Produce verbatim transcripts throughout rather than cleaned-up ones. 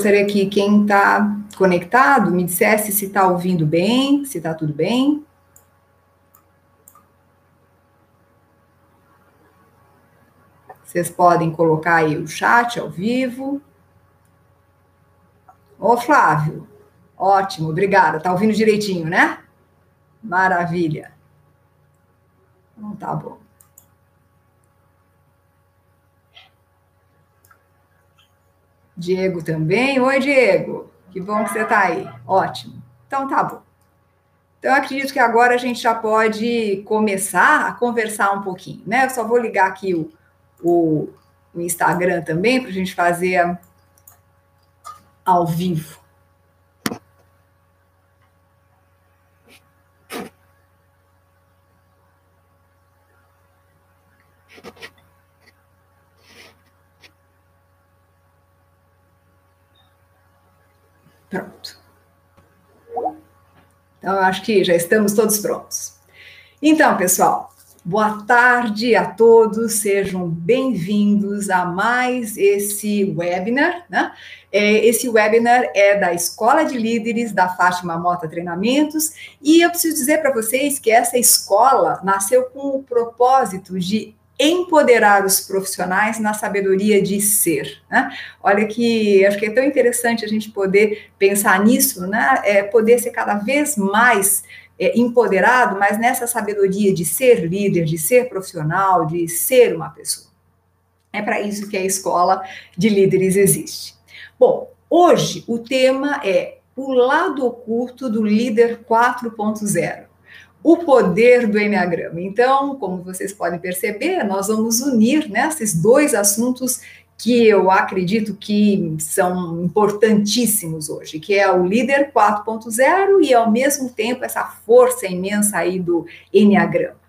Gostaria que quem está conectado me dissesse se está ouvindo bem, se está tudo bem. Vocês podem colocar aí o chat ao vivo. Ô, Flávio, ótimo, obrigada. Está ouvindo direitinho, né? Maravilha. Então, tá bom. Diego também. Oi, Diego. Que bom que você está aí. Ótimo. Então, tá bom. Então, eu acredito que agora a gente já pode começar a conversar um pouquinho, né? Eu só vou ligar aqui o, o, o Instagram também para a gente fazer ao vivo. Pronto. Então, eu acho que já estamos todos prontos. Então, pessoal, boa tarde a todos, sejam bem-vindos a mais esse webinar, né? Esse webinar é da Escola de Líderes da Fátima Mota Treinamentos e eu preciso dizer para vocês que essa escola nasceu com o propósito de empoderar os profissionais na sabedoria de ser, né? Olha que acho que é tão interessante a gente poder pensar nisso, né? É poder ser cada vez mais é, empoderado, mas nessa sabedoria de ser líder, de ser profissional, de ser uma pessoa. É para isso que a Escola de Líderes existe. Bom, hoje o tema é o lado oculto do líder quatro ponto zero. O poder do Enneagrama. Então, como vocês podem perceber, nós vamos unir, né, esses dois assuntos que eu acredito que são importantíssimos hoje, que é o líder quatro ponto zero e, ao mesmo tempo, essa força imensa aí do Enneagrama.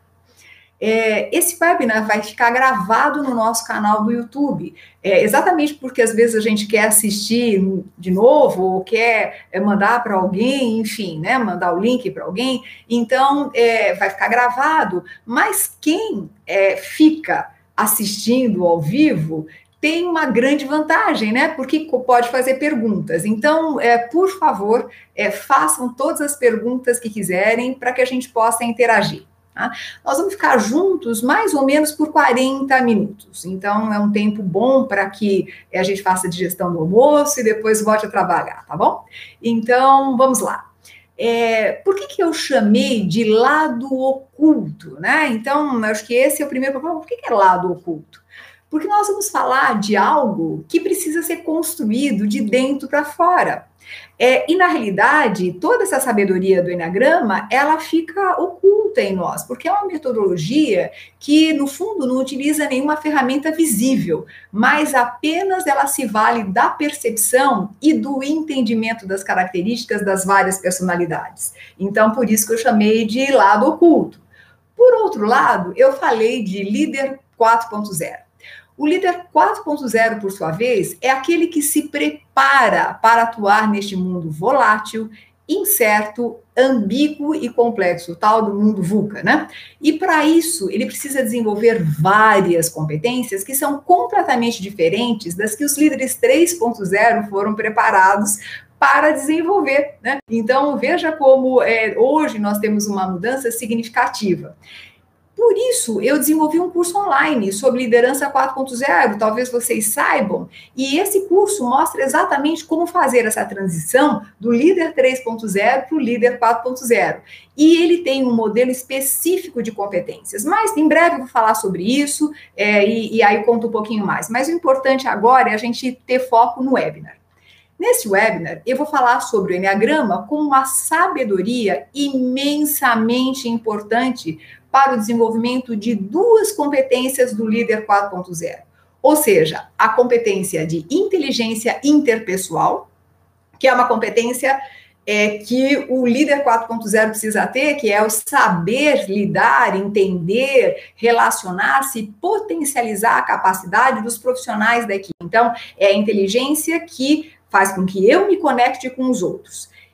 É, esse webinar vai ficar gravado no nosso canal do YouTube, é, exatamente porque às vezes a gente quer assistir de novo ou quer é, mandar para alguém, enfim, né, mandar o link para alguém, então é, vai ficar gravado, mas quem é, fica assistindo ao vivo tem uma grande vantagem, né, porque pode fazer perguntas, então, é, por favor, é, façam todas as perguntas que quiserem para que a gente possa interagir. Tá? Nós vamos ficar juntos mais ou menos por quarenta minutos, então é um tempo bom para que a gente faça a digestão do almoço e depois volte a trabalhar, tá bom? Então, vamos lá. É, por que que eu chamei de lado oculto, né? Então, acho que esse é o primeiro problema. Por que que é lado oculto? Porque nós vamos falar de algo que precisa ser construído de dentro para fora. É, e, na realidade, toda essa sabedoria do Enneagrama, ela fica oculta em nós, porque é uma metodologia que, no fundo, não utiliza nenhuma ferramenta visível, mas apenas ela se vale da percepção e do entendimento das características das várias personalidades. Então, por isso que eu chamei de lado oculto. Por outro lado, eu falei de líder quatro ponto zero. O líder quatro ponto zero, por sua vez, é aquele que se prepara para atuar neste mundo volátil, incerto, ambíguo e complexo, o tal do mundo VUCA, né? E para isso, ele precisa desenvolver várias competências que são completamente diferentes das que os líderes três ponto zero foram preparados para desenvolver, né? Então, veja como é, hoje nós temos uma mudança significativa. Por isso, eu desenvolvi um curso online sobre liderança quatro ponto zero, talvez vocês saibam, e esse curso mostra exatamente como fazer essa transição do líder três ponto zero para o líder quatro ponto zero. E ele tem um modelo específico de competências, mas em breve eu vou falar sobre isso, é, e, e aí eu conto um pouquinho mais. Mas o importante agora é a gente ter foco no webinar. Nesse webinar, eu vou falar sobre o Enneagrama como uma sabedoria imensamente importante para o desenvolvimento de duas competências do líder quatro ponto zero. Ou seja, a competência de inteligência interpessoal, que é uma competência é, que o líder quatro ponto zero precisa ter, que é o saber lidar, entender, relacionar-se, potencializar a capacidade dos profissionais da equipe. Então, é a inteligência que faz com que eu me conecte com os outros.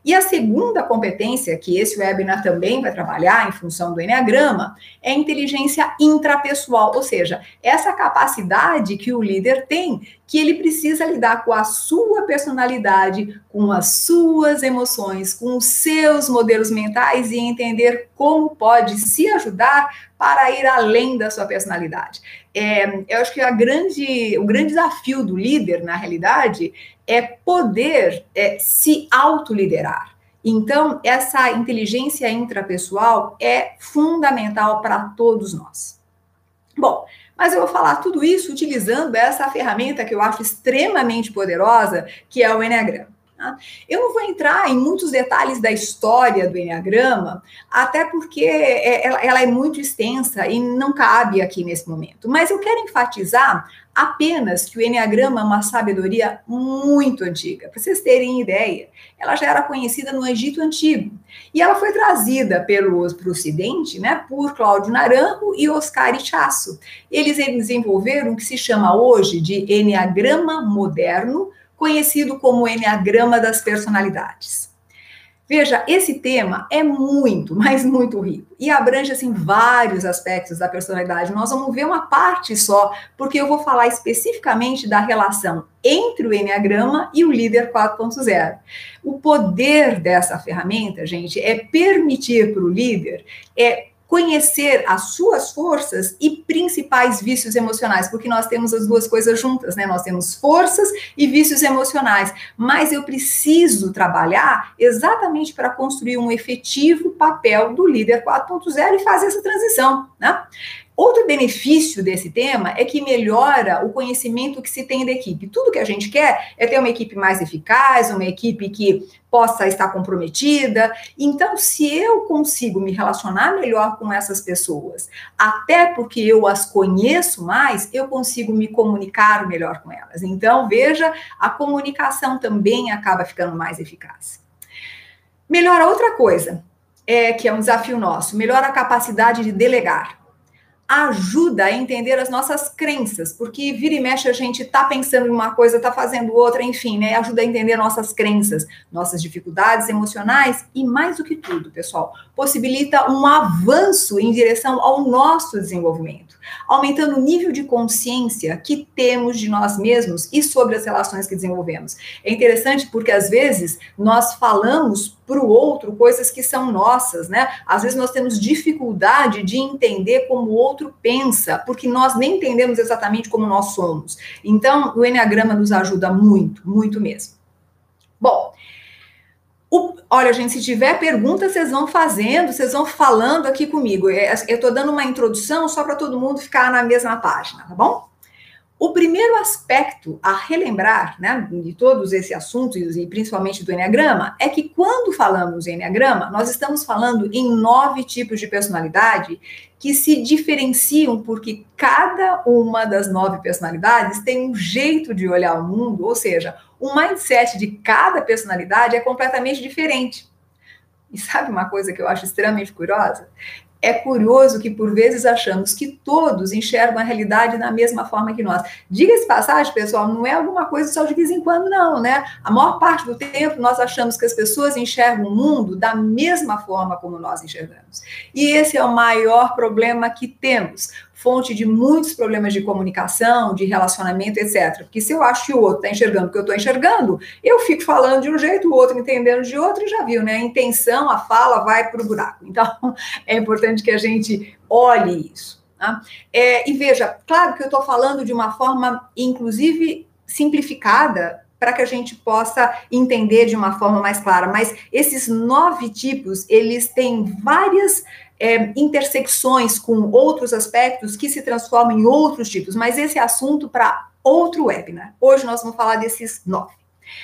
E a segunda competência, que esse webinar também vai trabalhar em função do Eneagrama, é a inteligência intrapessoal, ou seja, essa capacidade que o líder tem, que ele precisa lidar com a sua personalidade, com as suas emoções, com os seus modelos mentais e entender como pode se ajudar para ir além da sua personalidade. É, eu acho que a grande, o grande desafio do líder, na realidade, é poder é, se autoliderar. Então, essa inteligência intrapessoal é fundamental para todos nós. Bom, mas eu vou falar tudo isso utilizando essa ferramenta que eu acho extremamente poderosa, que é o Eneagrama. Eu não vou entrar em muitos detalhes da história do Eneagrama, até porque ela é muito extensa e não cabe aqui nesse momento. Mas eu quero enfatizar apenas que o Eneagrama é uma sabedoria muito antiga. Para vocês terem ideia, ela já era conhecida no Egito Antigo. E ela foi trazida para o Ocidente, né, por Cláudio Naranjo e Oscar Ichaço. Eles desenvolveram o que se chama hoje de Eneagrama moderno, conhecido como Eneagrama das personalidades. Veja, esse tema é muito, mas muito rico e abrange assim vários aspectos da personalidade. Nós vamos ver uma parte só, porque eu vou falar especificamente da relação entre o Eneagrama e o líder quatro ponto zero. O poder dessa ferramenta, gente, é permitir para o líder é conhecer as suas forças e principais vícios emocionais, porque nós temos as duas coisas juntas, né? Nós temos forças e vícios emocionais, mas eu preciso trabalhar exatamente para construir um efetivo papel do líder quatro ponto zero e fazer essa transição, né? Outro benefício desse tema é que melhora o conhecimento que se tem da equipe. Tudo que a gente quer é ter uma equipe mais eficaz, uma equipe que possa estar comprometida. Então, se eu consigo me relacionar melhor com essas pessoas, até porque eu as conheço mais, eu consigo me comunicar melhor com elas. Então, veja, a comunicação também acaba ficando mais eficaz. Melhora outra coisa, é, que é um desafio nosso, melhora a capacidade de delegar. Ajuda a entender as nossas crenças, porque vira e mexe a gente tá pensando em uma coisa, tá fazendo outra, enfim, né? Ajuda a entender nossas crenças, nossas dificuldades emocionais e, mais do que tudo, pessoal, possibilita um avanço em direção ao nosso desenvolvimento, aumentando o nível de consciência que temos de nós mesmos e sobre as relações que desenvolvemos. É interessante porque, às vezes, nós falamos para o outro coisas que são nossas, né? Às vezes nós temos dificuldade de entender como o outro pensa, porque nós nem entendemos exatamente como nós somos. Então, o Eneagrama nos ajuda muito, muito mesmo. Bom, o, olha, gente, se tiver pergunta, vocês vão fazendo, vocês vão falando aqui comigo. Eu estou dando uma introdução só para todo mundo ficar na mesma página, tá bom? O primeiro aspecto a relembrar, né, de todos esses assuntos, e principalmente do Eneagrama, é que quando falamos em Eneagrama, nós estamos falando em nove tipos de personalidade que se diferenciam porque cada uma das nove personalidades tem um jeito de olhar o mundo, ou seja, o mindset de cada personalidade é completamente diferente. E sabe uma coisa que eu acho extremamente curiosa? É curioso que, por vezes, achamos que todos enxergam a realidade da mesma forma que nós. Diga-se passagem, pessoal, não é alguma coisa só de vez em quando, não, né? A maior parte do tempo, nós achamos que as pessoas enxergam o mundo da mesma forma como nós enxergamos. E esse é o maior problema que temos, fonte de muitos problemas de comunicação, de relacionamento, etcétera. Porque se eu acho que o outro está enxergando o que eu estou enxergando, eu fico falando de um jeito, o outro entendendo de outro, e já viu, né? A intenção, a fala vai para o buraco. Então, é importante que a gente olhe isso. Tá? É, e veja, claro que eu estou falando de uma forma, inclusive, simplificada, para que a gente possa entender de uma forma mais clara. Mas esses nove tipos, eles têm várias é, intersecções com outros aspectos que se transformam em outros tipos. Mas esse é assunto para outro webinar. Hoje nós vamos falar desses nove.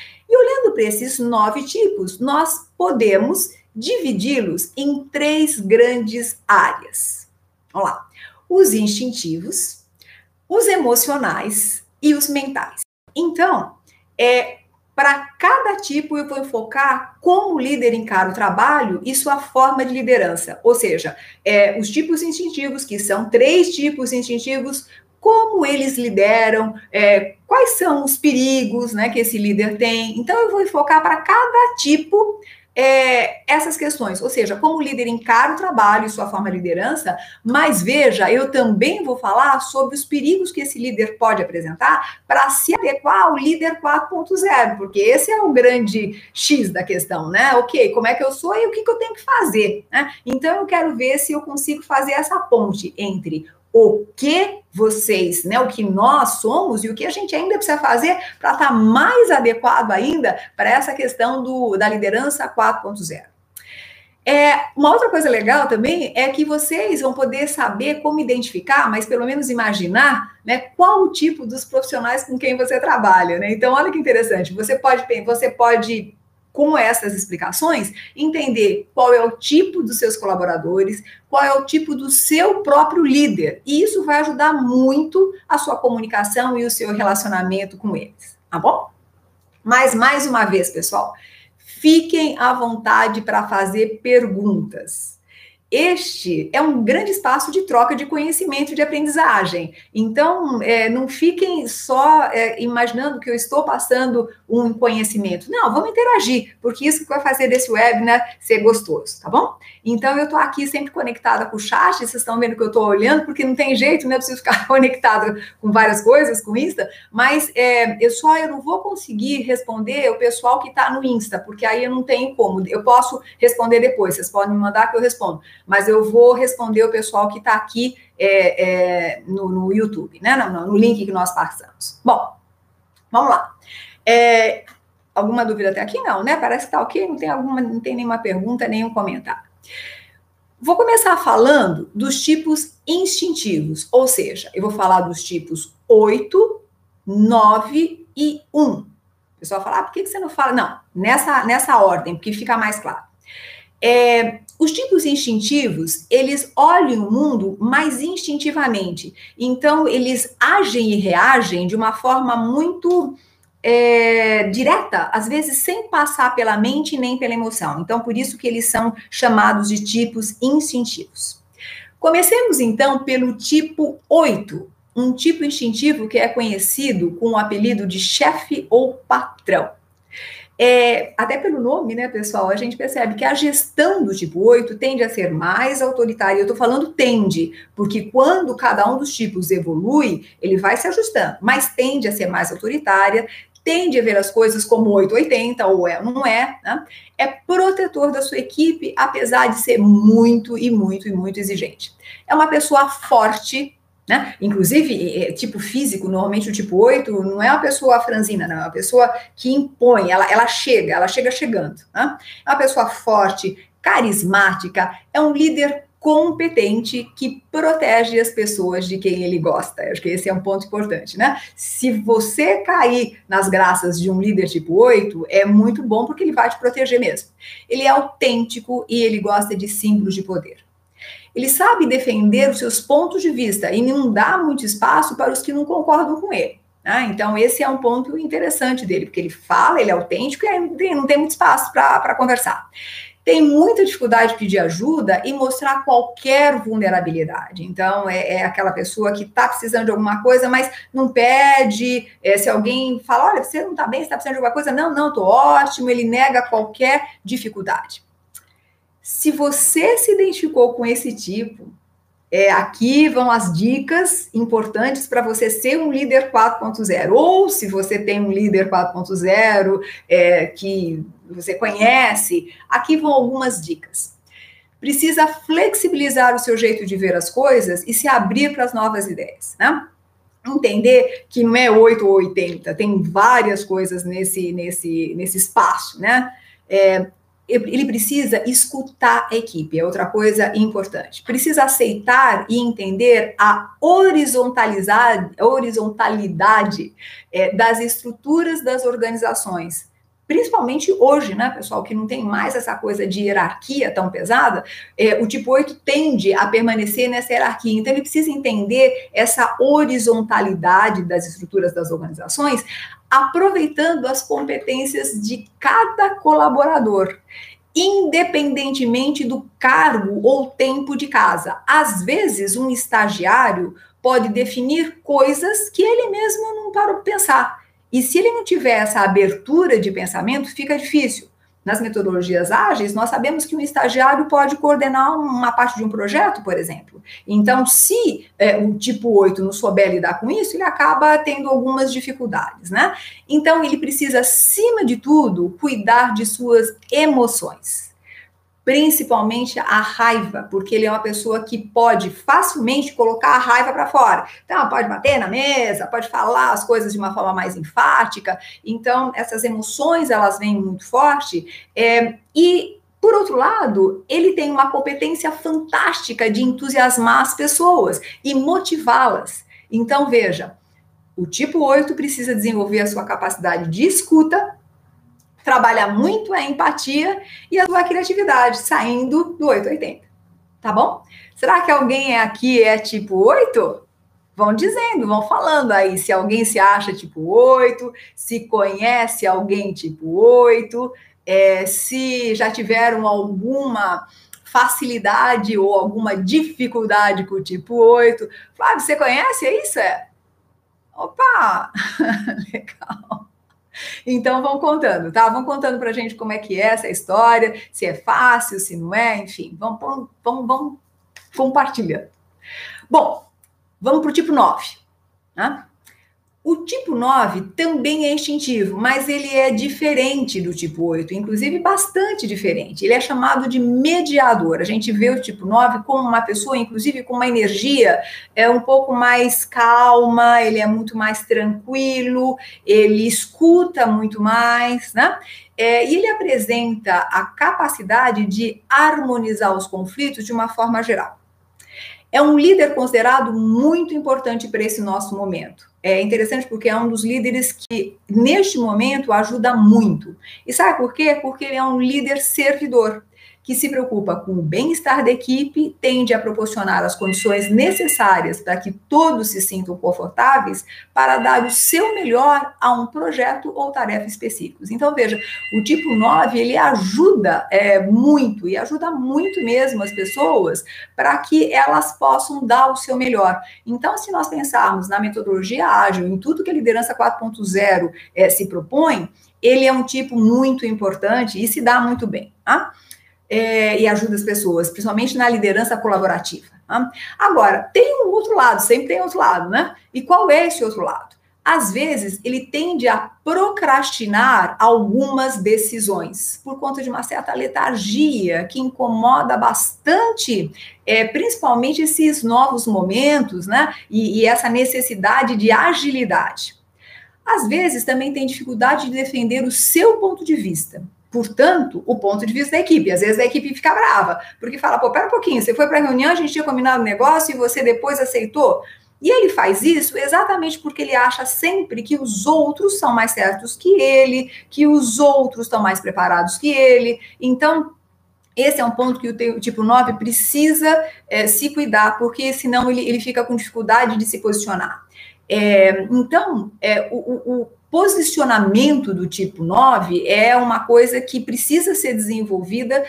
E olhando para esses nove tipos, nós podemos dividi-los em três grandes áreas. Vamos lá. Os instintivos, os emocionais e os mentais. Então, é, para cada tipo eu vou enfocar como o líder encara o trabalho e sua forma de liderança. Ou seja, é, os tipos instintivos, que são três tipos instintivos, como eles lideram, é, quais são os perigos, né, que esse líder tem. Então, eu vou enfocar para cada tipo é, essas questões, ou seja, como o líder encara o trabalho e sua forma de liderança, mas veja, eu também vou falar sobre os perigos que esse líder pode apresentar para se adequar ao líder quatro ponto zero, porque esse é o grande X da questão, né? Ok, como é que eu sou e o que, que eu tenho que fazer, né? Então, eu quero ver se eu consigo fazer essa ponte entre o que vocês, né, o que nós somos e o que a gente ainda precisa fazer para estar mais adequado ainda para essa questão do, da liderança quatro ponto zero. É, uma outra coisa legal também é que vocês vão poder saber como identificar, mas pelo menos imaginar, né, qual o tipo dos profissionais com quem você trabalha, né? Então, olha que interessante, você pode, você pode com essas explicações, entender qual é o tipo dos seus colaboradores, qual é o tipo do seu próprio líder. E isso vai ajudar muito a sua comunicação e o seu relacionamento com eles, tá bom? Mas, mais uma vez, pessoal, fiquem à vontade para fazer perguntas. Este é um grande espaço de troca de conhecimento e de aprendizagem. Então, é, não fiquem só é, imaginando que eu estou passando um conhecimento. Não, vamos interagir, porque isso que vai fazer desse webinar ser gostoso, tá bom? Então, eu estou aqui sempre conectada com o chat, vocês estão vendo que eu estou olhando, porque não tem jeito, né? Eu preciso ficar conectada com várias coisas, com o Insta, mas é, eu só eu não vou conseguir responder o pessoal que está no Insta, porque aí eu não tenho como. Eu posso responder depois, vocês podem me mandar que eu respondo. Mas eu vou responder o pessoal que está aqui é, é, no, no YouTube, né? No, no link que nós passamos. Bom, vamos lá. É, alguma dúvida até aqui? Não, né? Parece que está ok, não tem, alguma, não tem nenhuma pergunta, nenhum comentário. Vou começar falando dos tipos instintivos, ou seja, eu vou falar dos tipos oito, nove e um. O pessoal fala, ah, por que você não fala? Não, nessa, nessa ordem, porque fica mais claro. É, os tipos instintivos, eles olham o mundo mais instintivamente. Então, eles agem e reagem de uma forma muito é, direta, às vezes sem passar pela mente nem pela emoção. Então, por isso que eles são chamados de tipos instintivos. Comecemos, então, pelo tipo oito, um tipo instintivo que é conhecido com o apelido de chefe ou patrão. É, até pelo nome, né, pessoal, a gente percebe que a gestão do tipo oito tende a ser mais autoritária. Eu estou falando tende, porque quando cada um dos tipos evolui, ele vai se ajustando, mas tende a ser mais autoritária, tende a ver as coisas como oito oitenta, ou é ou não é, né? É protetor da sua equipe, apesar de ser muito e muito e muito exigente. É uma pessoa forte, né? Inclusive, tipo físico, normalmente o tipo oito não é uma pessoa franzina, não, é uma pessoa que impõe, ela, ela chega, ela chega chegando. Né? É uma pessoa forte, carismática, é um líder competente que protege as pessoas de quem ele gosta. Eu acho que esse é um ponto importante, né? Se você cair nas graças de um líder tipo oito, é muito bom porque ele vai te proteger mesmo. Ele é autêntico e ele gosta de símbolos de poder. Ele sabe defender os seus pontos de vista e não dá muito espaço para os que não concordam com ele. Né? Então, esse é um ponto interessante dele, porque ele fala, ele é autêntico e não tem, não tem muito espaço para conversar. Tem muita dificuldade de pedir ajuda e mostrar qualquer vulnerabilidade. Então, é, é aquela pessoa que está precisando de alguma coisa, mas não pede. É, se alguém fala, olha, você não está bem, você está precisando de alguma coisa? Não, não, estou ótimo. Ele nega qualquer dificuldade. Se você se identificou com esse tipo, é, aqui vão as dicas importantes para você ser um líder quatro ponto zero. Ou se você tem um líder quatro ponto zero é, que você conhece, aqui vão algumas dicas. Precisa flexibilizar o seu jeito de ver as coisas e se abrir para as novas ideias, né? Entender que não é oito ou oitenta, tem várias coisas nesse, nesse, nesse espaço, né? É, ele precisa escutar a equipe, é outra coisa importante. Precisa aceitar e entender a horizontalidade é, das estruturas das organizações. Principalmente hoje, né, pessoal, que não tem mais essa coisa de hierarquia tão pesada, é, o tipo oito tende a permanecer nessa hierarquia. Então, ele precisa entender essa horizontalidade das estruturas das organizações, aproveitando as competências de cada colaborador, independentemente do cargo ou tempo de casa. Às vezes, um estagiário pode definir coisas que ele mesmo não parou para pensar. E se ele não tiver essa abertura de pensamento, fica difícil. nas metodologias ágeis, nós sabemos que um estagiário pode coordenar uma parte de um projeto, por exemplo. Então, se é, o tipo oito não souber lidar com isso, ele acaba tendo algumas dificuldades, né? Então, ele precisa, acima de tudo, cuidar de suas emoções. Principalmente a raiva, porque ele é uma pessoa que pode facilmente colocar a raiva para fora. Então, pode bater na mesa, pode falar as coisas de uma forma mais enfática. Então, essas emoções, elas vêm muito forte. É, e, por outro lado, ele tem uma competência fantástica de entusiasmar as pessoas e motivá-las. Então, veja, o tipo oito precisa desenvolver a sua capacidade de escuta, trabalha muito a empatia e a sua criatividade, saindo do oito oitenta, tá bom? Será que alguém aqui é tipo oito? Vão dizendo, vão falando aí, se alguém se acha tipo oito, se conhece alguém tipo oito, é, se já tiveram alguma facilidade ou alguma dificuldade com o tipo oito. Flávio, você conhece? É isso? É? Opa! Legal. Então, vão contando, tá? Vão contando pra gente como é que é essa história, se é fácil, se não é, enfim, vamos, vamos, vamos compartilhando. Bom, vamos pro tipo nove, né? O tipo nove também é instintivo, mas ele é diferente do tipo oito, inclusive bastante diferente. Ele é chamado de mediador. A gente vê o tipo nove como uma pessoa, inclusive, com uma energia é um pouco mais calma, ele é muito mais tranquilo, ele escuta muito mais, né? É, e ele apresenta a capacidade de harmonizar os conflitos de uma forma geral. É um líder considerado muito importante para esse nosso momento. É interessante porque é um dos líderes que, neste momento, ajuda muito. E sabe por quê? Porque ele é um líder servidor, que se preocupa com o bem-estar da equipe, tende a proporcionar as condições necessárias para que todos se sintam confortáveis para dar o seu melhor a um projeto ou tarefa específicos. Então, veja, o tipo nove, ele ajuda é, muito, e ajuda muito mesmo as pessoas para que elas possam dar o seu melhor. Então, se nós pensarmos na metodologia ágil, em tudo que a liderança quatro ponto zero é, se propõe, ele é um tipo muito importante e se dá muito bem, tá? É, e ajuda as pessoas, principalmente na liderança colaborativa. Tá? Agora, tem um outro lado, sempre tem outro lado, né? E qual é esse outro lado? Às vezes, ele tende a procrastinar algumas decisões, por conta de uma certa letargia que incomoda bastante, é, principalmente esses novos momentos, né? E, e essa necessidade de agilidade. Às vezes, também tem dificuldade de defender o seu ponto de vista. Portanto, o ponto de vista da equipe. Às vezes a equipe fica brava, porque fala, pô, pera um pouquinho, você foi para a reunião, a gente tinha combinado o negócio e você depois aceitou. E ele faz isso exatamente porque ele acha sempre que os outros são mais certos que ele, que os outros estão mais preparados que ele. Então, esse é um ponto que o tipo nove precisa é, se cuidar, porque senão ele, ele fica com dificuldade de se posicionar. É, então, é, o, o posicionamento do tipo nove é uma coisa que precisa ser desenvolvida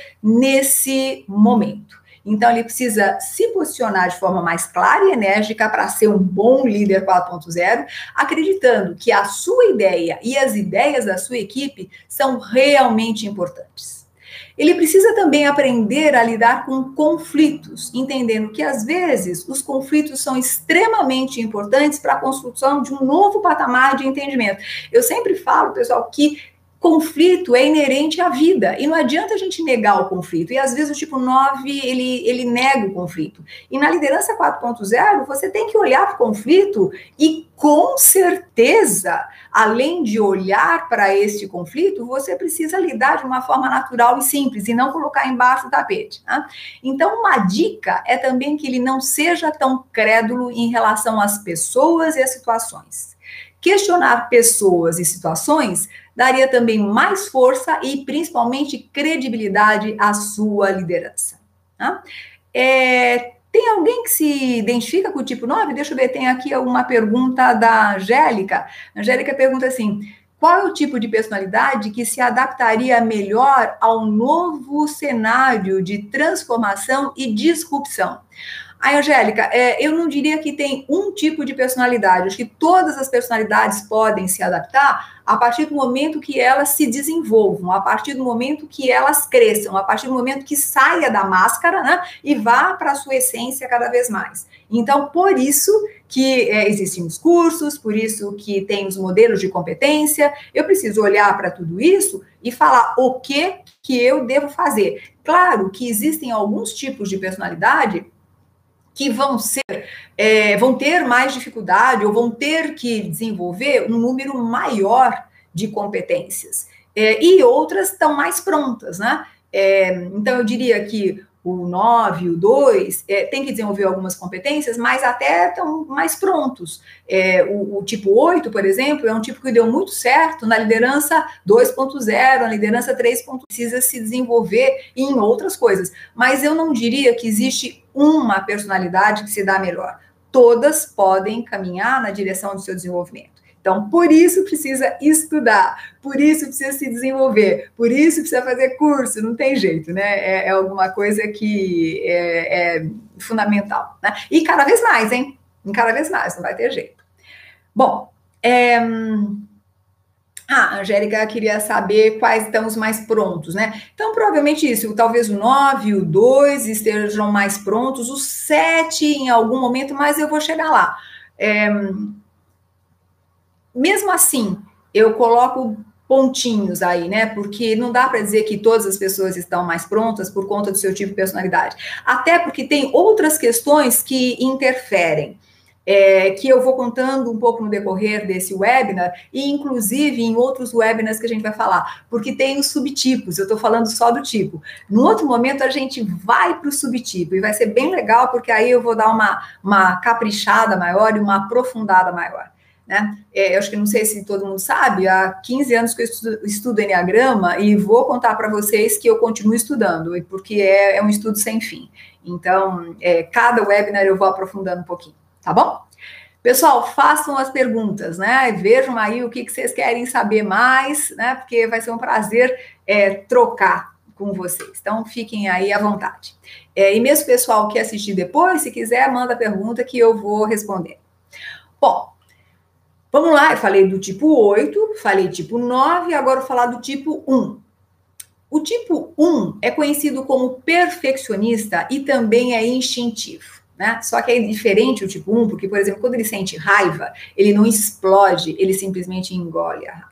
nesse momento. Então, ele precisa se posicionar de forma mais clara e enérgica para ser um bom líder quatro ponto zero, acreditando que a sua ideia e as ideias da sua equipe são realmente importantes. Ele precisa também aprender a lidar com conflitos, entendendo que, às vezes, os conflitos são extremamente importantes para a construção de um novo patamar de entendimento. Eu sempre falo, pessoal, que conflito é inerente à vida, e não adianta a gente negar o conflito, e às vezes o tipo nove, ele, ele nega o conflito. E na liderança quatro ponto zero, você tem que olhar para o conflito e, com certeza, além de olhar para este conflito, você precisa lidar de uma forma natural e simples, e não colocar embaixo do tapete. Tá? Então, uma dica é também que ele não seja tão crédulo em relação às pessoas e às situações. Questionar pessoas e situações daria também mais força e, principalmente, credibilidade à sua liderança. Tá? É, tem alguém que se identifica com o tipo nove? Deixa eu ver, tem aqui uma pergunta da Angélica. A Angélica pergunta assim, qual é o tipo de personalidade que se adaptaria melhor ao novo cenário de transformação e disrupção? Aí, Angélica, é, eu não diria que tem um tipo de personalidade, acho que todas as personalidades podem se adaptar a partir do momento que elas se desenvolvam, a partir do momento que elas cresçam, a partir do momento que saia da máscara, né, e vá para a sua essência cada vez mais. Então, por isso que é, existem os cursos, por isso que tem os modelos de competência, eu preciso olhar para tudo isso e falar o que que eu devo fazer. Claro que existem alguns tipos de personalidade que vão ser, é, vão ter mais dificuldade ou vão ter que desenvolver um número maior de competências. É, e outras estão mais prontas, né? É, então, eu diria que o nove, o dois, é, tem que desenvolver algumas competências, mas até estão mais prontos. É, o, o tipo oito, por exemplo, é um tipo que deu muito certo na liderança dois ponto zero, na liderança três ponto zero, precisa se desenvolver em outras coisas. Mas eu não diria que existe uma personalidade que se dá melhor. Todas podem caminhar na direção do seu desenvolvimento. Então, por isso precisa estudar, por isso precisa se desenvolver, por isso precisa fazer curso, não tem jeito, né? É, é alguma coisa que é, é fundamental, né? E cada vez mais, hein? E cada vez mais, não vai ter jeito. Bom, é... ah, a Angélica queria saber quais estão os mais prontos, né? Então, provavelmente isso, talvez o nove, o dois estejam mais prontos, o sete em algum momento, mas eu vou chegar lá. É... Mesmo assim, eu coloco pontinhos aí, né? Porque não dá para dizer que todas as pessoas estão mais prontas por conta do seu tipo de personalidade. Até porque tem outras questões que interferem, é, que eu vou contando um pouco no decorrer desse webinar, e inclusive em outros webinars que a gente vai falar, porque tem os subtipos, eu estou falando só do tipo. No outro momento, a gente vai para o subtipo, e vai ser bem legal, porque aí eu vou dar uma, uma caprichada maior e uma aprofundada maior. Né? É, eu acho que não sei se todo mundo sabe, há quinze anos que eu estudo, estudo Enneagrama e vou contar para vocês que eu continuo estudando, porque é, é um estudo sem fim. Então, é, cada webinar eu vou aprofundando um pouquinho, tá bom? Pessoal, façam as perguntas, né? Vejam aí o que, que vocês querem saber mais, né? Porque vai ser um prazer é, trocar com vocês. Então, fiquem aí à vontade. É, e mesmo o pessoal que assistir depois, se quiser, manda a pergunta que eu vou responder. Bom, vamos lá, eu falei do tipo oito, falei tipo nove, agora vou falar do tipo um. O tipo um é conhecido como perfeccionista e também é instintivo, né? Só que é diferente o tipo um, porque, por exemplo, quando ele sente raiva, ele não explode, ele simplesmente engole a raiva.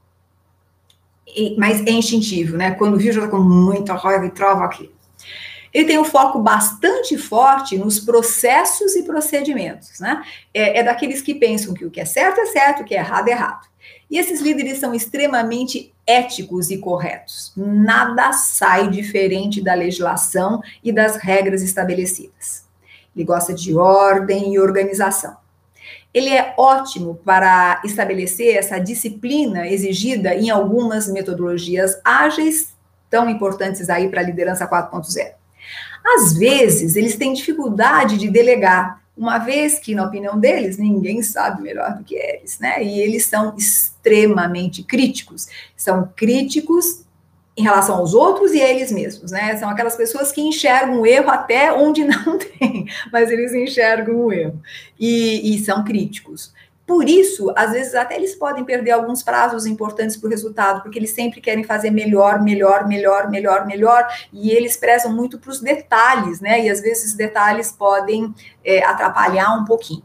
E, mas é instintivo, né? Quando viu, já tá com muita raiva e trava aqui. Ele tem um foco bastante forte nos processos e procedimentos, né? É, é daqueles que pensam que o que é certo é certo, o que é errado é errado. E esses líderes são extremamente éticos e corretos. Nada sai diferente da legislação e das regras estabelecidas. Ele gosta de ordem e organização. Ele é ótimo para estabelecer essa disciplina exigida em algumas metodologias ágeis, tão importantes aí para a liderança quatro ponto zero. Às vezes, eles têm dificuldade de delegar, uma vez que, na opinião deles, ninguém sabe melhor do que eles, né? E eles são extremamente críticos. São críticos em relação aos outros e a eles mesmos, né? São aquelas pessoas que enxergam o erro até onde não tem, mas eles enxergam o erro. E, e são críticos. Por isso, às vezes, até eles podem perder alguns prazos importantes para o resultado, porque eles sempre querem fazer melhor, melhor, melhor, melhor, melhor, e eles prezam muito para os detalhes, né? E às vezes esses detalhes podem é, atrapalhar um pouquinho.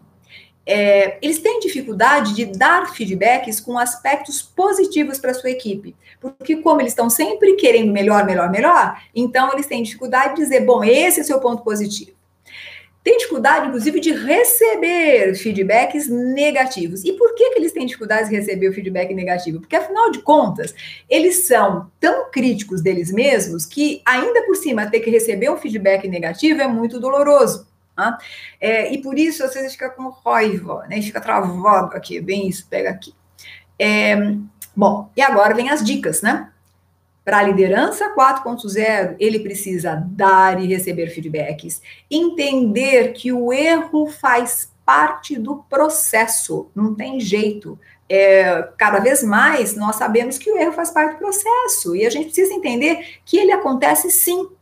É, eles têm dificuldade de dar feedbacks com aspectos positivos para a sua equipe, porque como eles estão sempre querendo melhor, melhor, melhor, então eles têm dificuldade de dizer, bom, esse é o seu ponto positivo. Tem dificuldade, inclusive, de receber feedbacks negativos. E por que, que eles têm dificuldade de receber o feedback negativo? Porque, afinal de contas, eles são tão críticos deles mesmos que, ainda por cima, ter que receber um feedback negativo é muito doloroso. Tá? É, e por isso, às vezes, fica com raiva, né? Fica travado aqui, bem isso, pega aqui. É, bom, e agora vem as dicas, né? Para a liderança quatro ponto zero, ele precisa dar e receber feedbacks, entender que o erro faz parte do processo, não tem jeito. É, cada vez mais nós sabemos que o erro faz parte do processo e a gente precisa entender que ele acontece sim,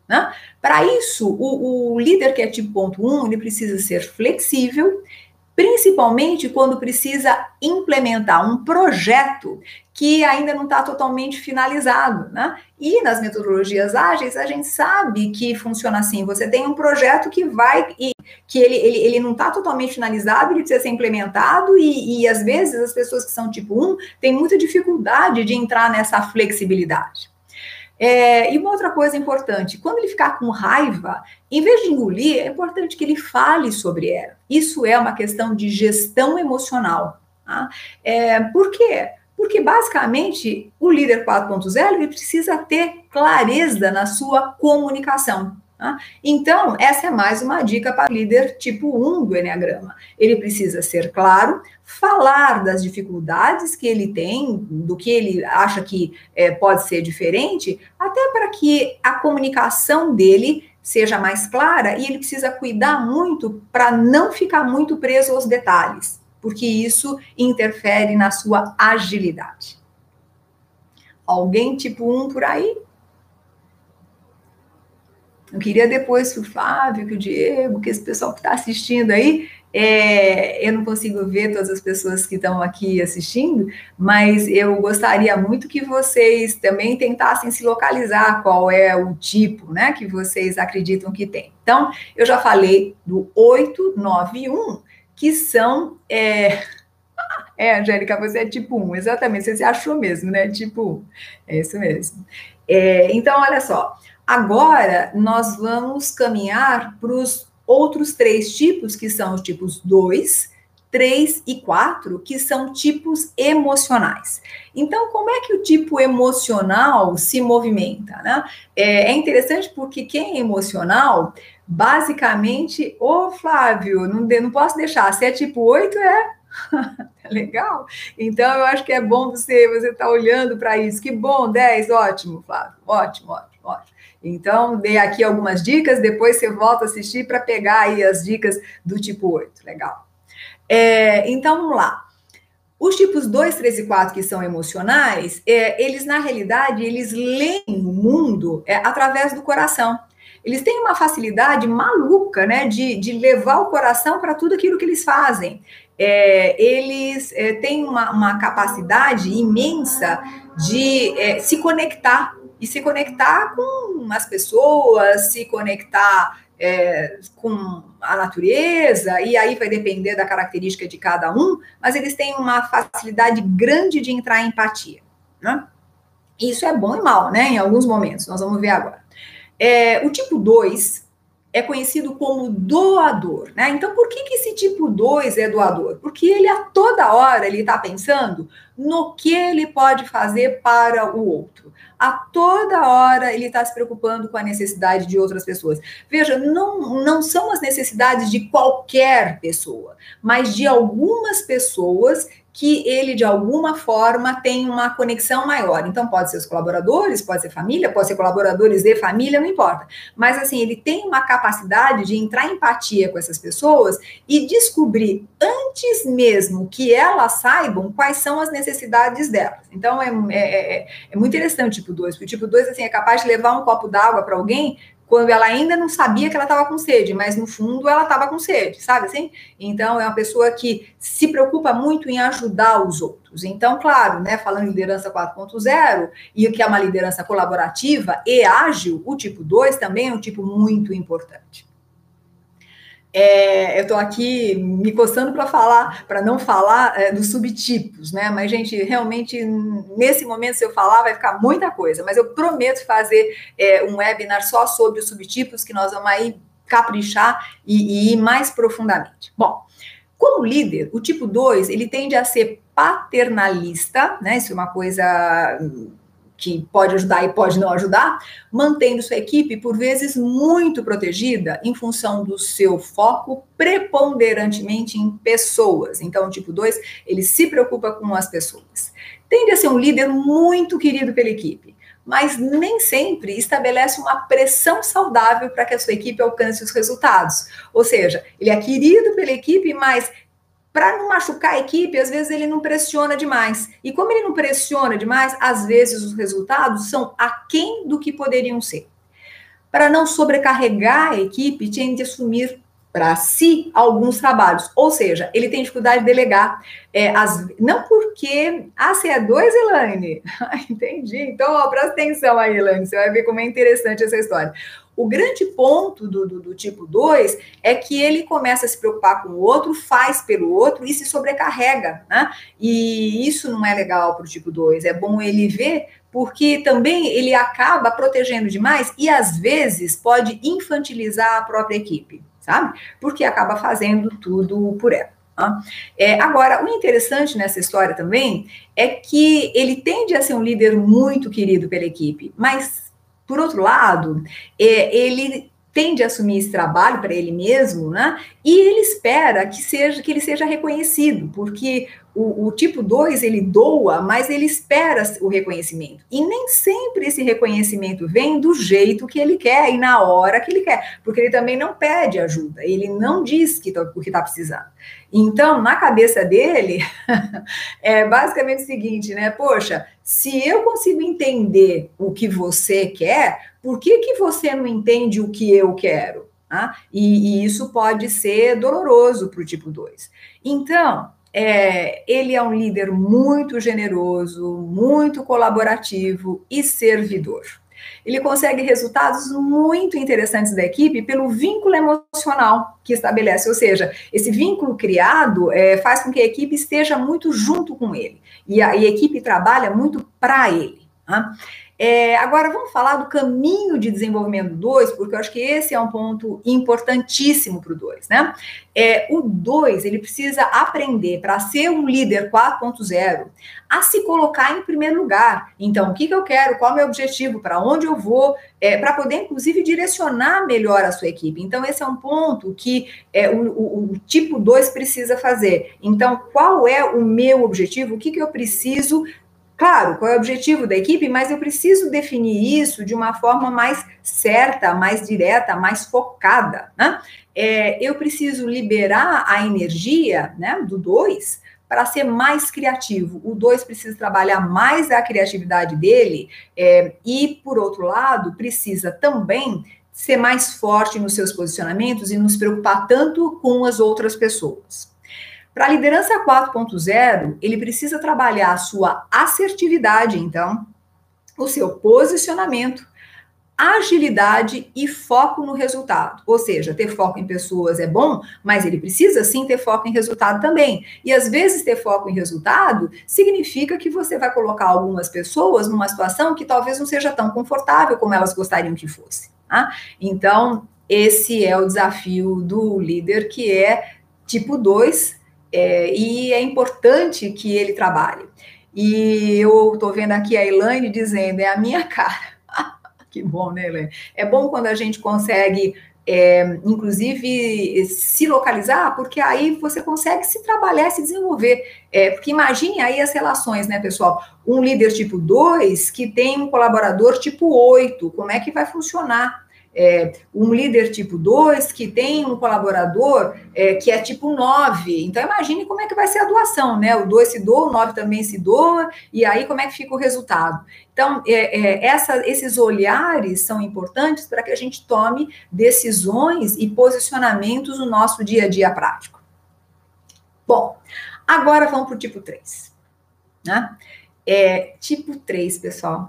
né? Para isso, o, o líder que é tipo ponto um, ele precisa ser flexível, principalmente quando precisa implementar um projeto que ainda não está totalmente finalizado, né? E nas metodologias ágeis, a gente sabe que funciona assim, você tem um projeto que vai, e, que ele, ele, ele não está totalmente finalizado, ele precisa ser implementado, e, e às vezes as pessoas que são tipo um têm muita dificuldade de entrar nessa flexibilidade. É, e uma outra coisa importante, quando ele ficar com raiva, em vez de engolir, é importante que ele fale sobre ela. Isso é uma questão de gestão emocional. Tá? É, por quê? Porque, basicamente, o líder quatro ponto zero ele precisa ter clareza na sua comunicação. Tá? Então, essa é mais uma dica para o líder tipo um do Eneagrama. Ele precisa ser claro, falar das dificuldades que ele tem, do que ele acha que é, pode ser diferente, até para que a comunicação dele seja mais clara, e ele precisa cuidar muito para não ficar muito preso aos detalhes, porque isso interfere na sua agilidade. Alguém tipo um por aí? Eu queria depois que o Flávio, que o Diego, que esse pessoal que está assistindo aí, é, eu não consigo ver todas as pessoas que estão aqui assistindo, mas eu gostaria muito que vocês também tentassem se localizar qual é o tipo, né, que vocês acreditam que tem. Então, eu já falei do oito, nove e um, que são... É, é, Angélica, você é tipo um, exatamente, você se achou mesmo, né, tipo um, é isso mesmo. É, então, olha só, agora nós vamos caminhar para os outros três tipos, que são os tipos dois, três e quatro, que são tipos emocionais. Então, como é que o tipo emocional se movimenta, né? É, é interessante porque quem é emocional, basicamente, ô Flávio, não, de, não posso deixar, se é tipo oito, é... Legal? Então, eu acho que é bom você você estar tá olhando para isso. Que bom, dez, ótimo, Flávio, ótimo, ótimo, ótimo. Então, dei aqui algumas dicas, depois você volta a assistir para pegar aí as dicas do tipo oito, legal. É, então, vamos lá. Os tipos dois, três e quatro, que são emocionais, é, eles, na realidade, eles leem o mundo é, através do coração. Eles têm uma facilidade maluca, né, de, de levar o coração para tudo aquilo que eles fazem. É, eles é, têm uma, uma capacidade imensa de é, se conectar, e se conectar com as pessoas, se conectar é, com a natureza, e aí vai depender da característica de cada um, mas eles têm uma facilidade grande de entrar em empatia, né? Isso é bom e mal, né, em alguns momentos, nós vamos ver agora. É, o tipo dois é conhecido como doador, né? Então, por que, que esse tipo dois é doador? Porque ele a toda hora ele está pensando no que ele pode fazer para o outro. A toda hora ele está se preocupando com a necessidade de outras pessoas. Veja, não, não são as necessidades de qualquer pessoa, mas de algumas pessoas que ele, de alguma forma, tem uma conexão maior. Então, pode ser os colaboradores, pode ser família, pode ser colaboradores de família, não importa. Mas, assim, ele tem uma capacidade de entrar em empatia com essas pessoas e descobrir, antes mesmo que elas saibam, quais são as necessidades delas. Então, é, é, é, é muito interessante o tipo dois, porque o tipo dois, assim, é capaz de levar um copo d'água para alguém quando ela ainda não sabia que ela estava com sede, mas no fundo ela estava com sede, sabe assim? Então, é uma pessoa que se preocupa muito em ajudar os outros. Então, claro, né, falando em liderança quatro ponto zero, e que é uma liderança colaborativa e ágil, o tipo dois também é um tipo muito importante. É, eu estou aqui me coçando para falar, para não falar é, dos subtipos, né? Mas, gente, realmente, nesse momento, se eu falar, vai ficar muita coisa. Mas eu prometo fazer é, um webinar só sobre os subtipos, que nós vamos aí caprichar e, e ir mais profundamente. Bom, como líder, o tipo dois, ele tende a ser paternalista, né? Isso é uma coisa que pode ajudar e pode não ajudar, mantendo sua equipe, por vezes, muito protegida em função do seu foco preponderantemente em pessoas. Então, o tipo dois, ele se preocupa com as pessoas. Tende a ser um líder muito querido pela equipe, mas nem sempre estabelece uma pressão saudável para que a sua equipe alcance os resultados. Ou seja, ele é querido pela equipe, mas para não machucar a equipe, às vezes ele não pressiona demais. E como ele não pressiona demais, às vezes os resultados são aquém do que poderiam ser. para não sobrecarregar a equipe, tem de assumir para si alguns trabalhos, ou seja, ele tem dificuldade de delegar, é, as, não porque, ah, você é dois, Elaine? Entendi, então ó, presta atenção aí, Elaine, você vai ver como é interessante essa história. O grande ponto do, do, do tipo dois é que ele começa a se preocupar com o outro, faz pelo outro e se sobrecarrega, né? E isso não é legal para o tipo dois, é bom ele ver, porque também ele acaba protegendo demais e às vezes pode infantilizar a própria equipe, sabe? Porque acaba fazendo tudo por ela. Tá? É, agora, o interessante nessa história também é que ele tende a ser um líder muito querido pela equipe, mas, por outro lado, é, ele tende a assumir esse trabalho para ele mesmo, né? E ele espera que, seja, que ele seja reconhecido, porque o, o tipo dois, ele doa, mas ele espera o reconhecimento. E nem sempre esse reconhecimento vem do jeito que ele quer e na hora que ele quer, porque ele também não pede ajuda, ele não diz que tá, o que está precisando. Então, na cabeça dele, é basicamente o seguinte, né? Poxa, se eu consigo entender o que você quer, por que, que você não entende o que eu quero? Ah, e, e isso pode ser doloroso para o tipo dois. Então, é, ele é um líder muito generoso, muito colaborativo e servidor. Ele consegue resultados muito interessantes da equipe pelo vínculo emocional que estabelece, ou seja, esse vínculo criado é, faz com que a equipe esteja muito junto com ele, e a, e a equipe trabalha muito para ele. Tá? É, agora, vamos falar do caminho de desenvolvimento do dois, porque eu acho que esse é um ponto importantíssimo para o dois, né? É, o dois, ele precisa aprender, para ser um líder quatro ponto zero, a se colocar em primeiro lugar. Então, o que, que eu quero, qual é o meu objetivo, para onde eu vou, é, para poder, inclusive, direcionar melhor a sua equipe. Então, esse é um ponto que é, o, o, o tipo dois precisa fazer. Então, qual é o meu objetivo, o que, que eu preciso. Claro, qual é o objetivo da equipe, mas eu preciso definir isso de uma forma mais certa, mais direta, mais focada, né? É, eu preciso liberar a energia, né, do dois para ser mais criativo. O dois precisa trabalhar mais a criatividade dele é, e, por outro lado, precisa também ser mais forte nos seus posicionamentos e não se preocupar tanto com as outras pessoas. Para a liderança quatro ponto zero, ele precisa trabalhar a sua assertividade, então, o seu posicionamento, agilidade e foco no resultado. Ou seja, ter foco em pessoas é bom, mas ele precisa sim ter foco em resultado também. E às vezes ter foco em resultado significa que você vai colocar algumas pessoas numa situação que talvez não seja tão confortável como elas gostariam que fosse. Tá? Então, esse é o desafio do líder, que é tipo dois, É, e é importante que ele trabalhe. E eu estou vendo aqui a Elaine dizendo, é a minha cara. Que bom, né, Elaine? É bom quando a gente consegue, é, inclusive, se localizar, porque aí você consegue se trabalhar, se desenvolver. É, porque imagine aí as relações, né, pessoal? Um líder tipo dois que tem um colaborador tipo oito, como é que vai funcionar? É, um líder tipo dois que tem um colaborador é, que é tipo nove. Então, imagine como é que vai ser a doação, né? O dois se doa, o nove também se doa, e aí como é que fica o resultado? Então, é, é, essa, esses olhares são importantes para que a gente tome decisões e posicionamentos no nosso dia a dia prático. Bom, agora vamos para o tipo três. Né? É, tipo três, pessoal,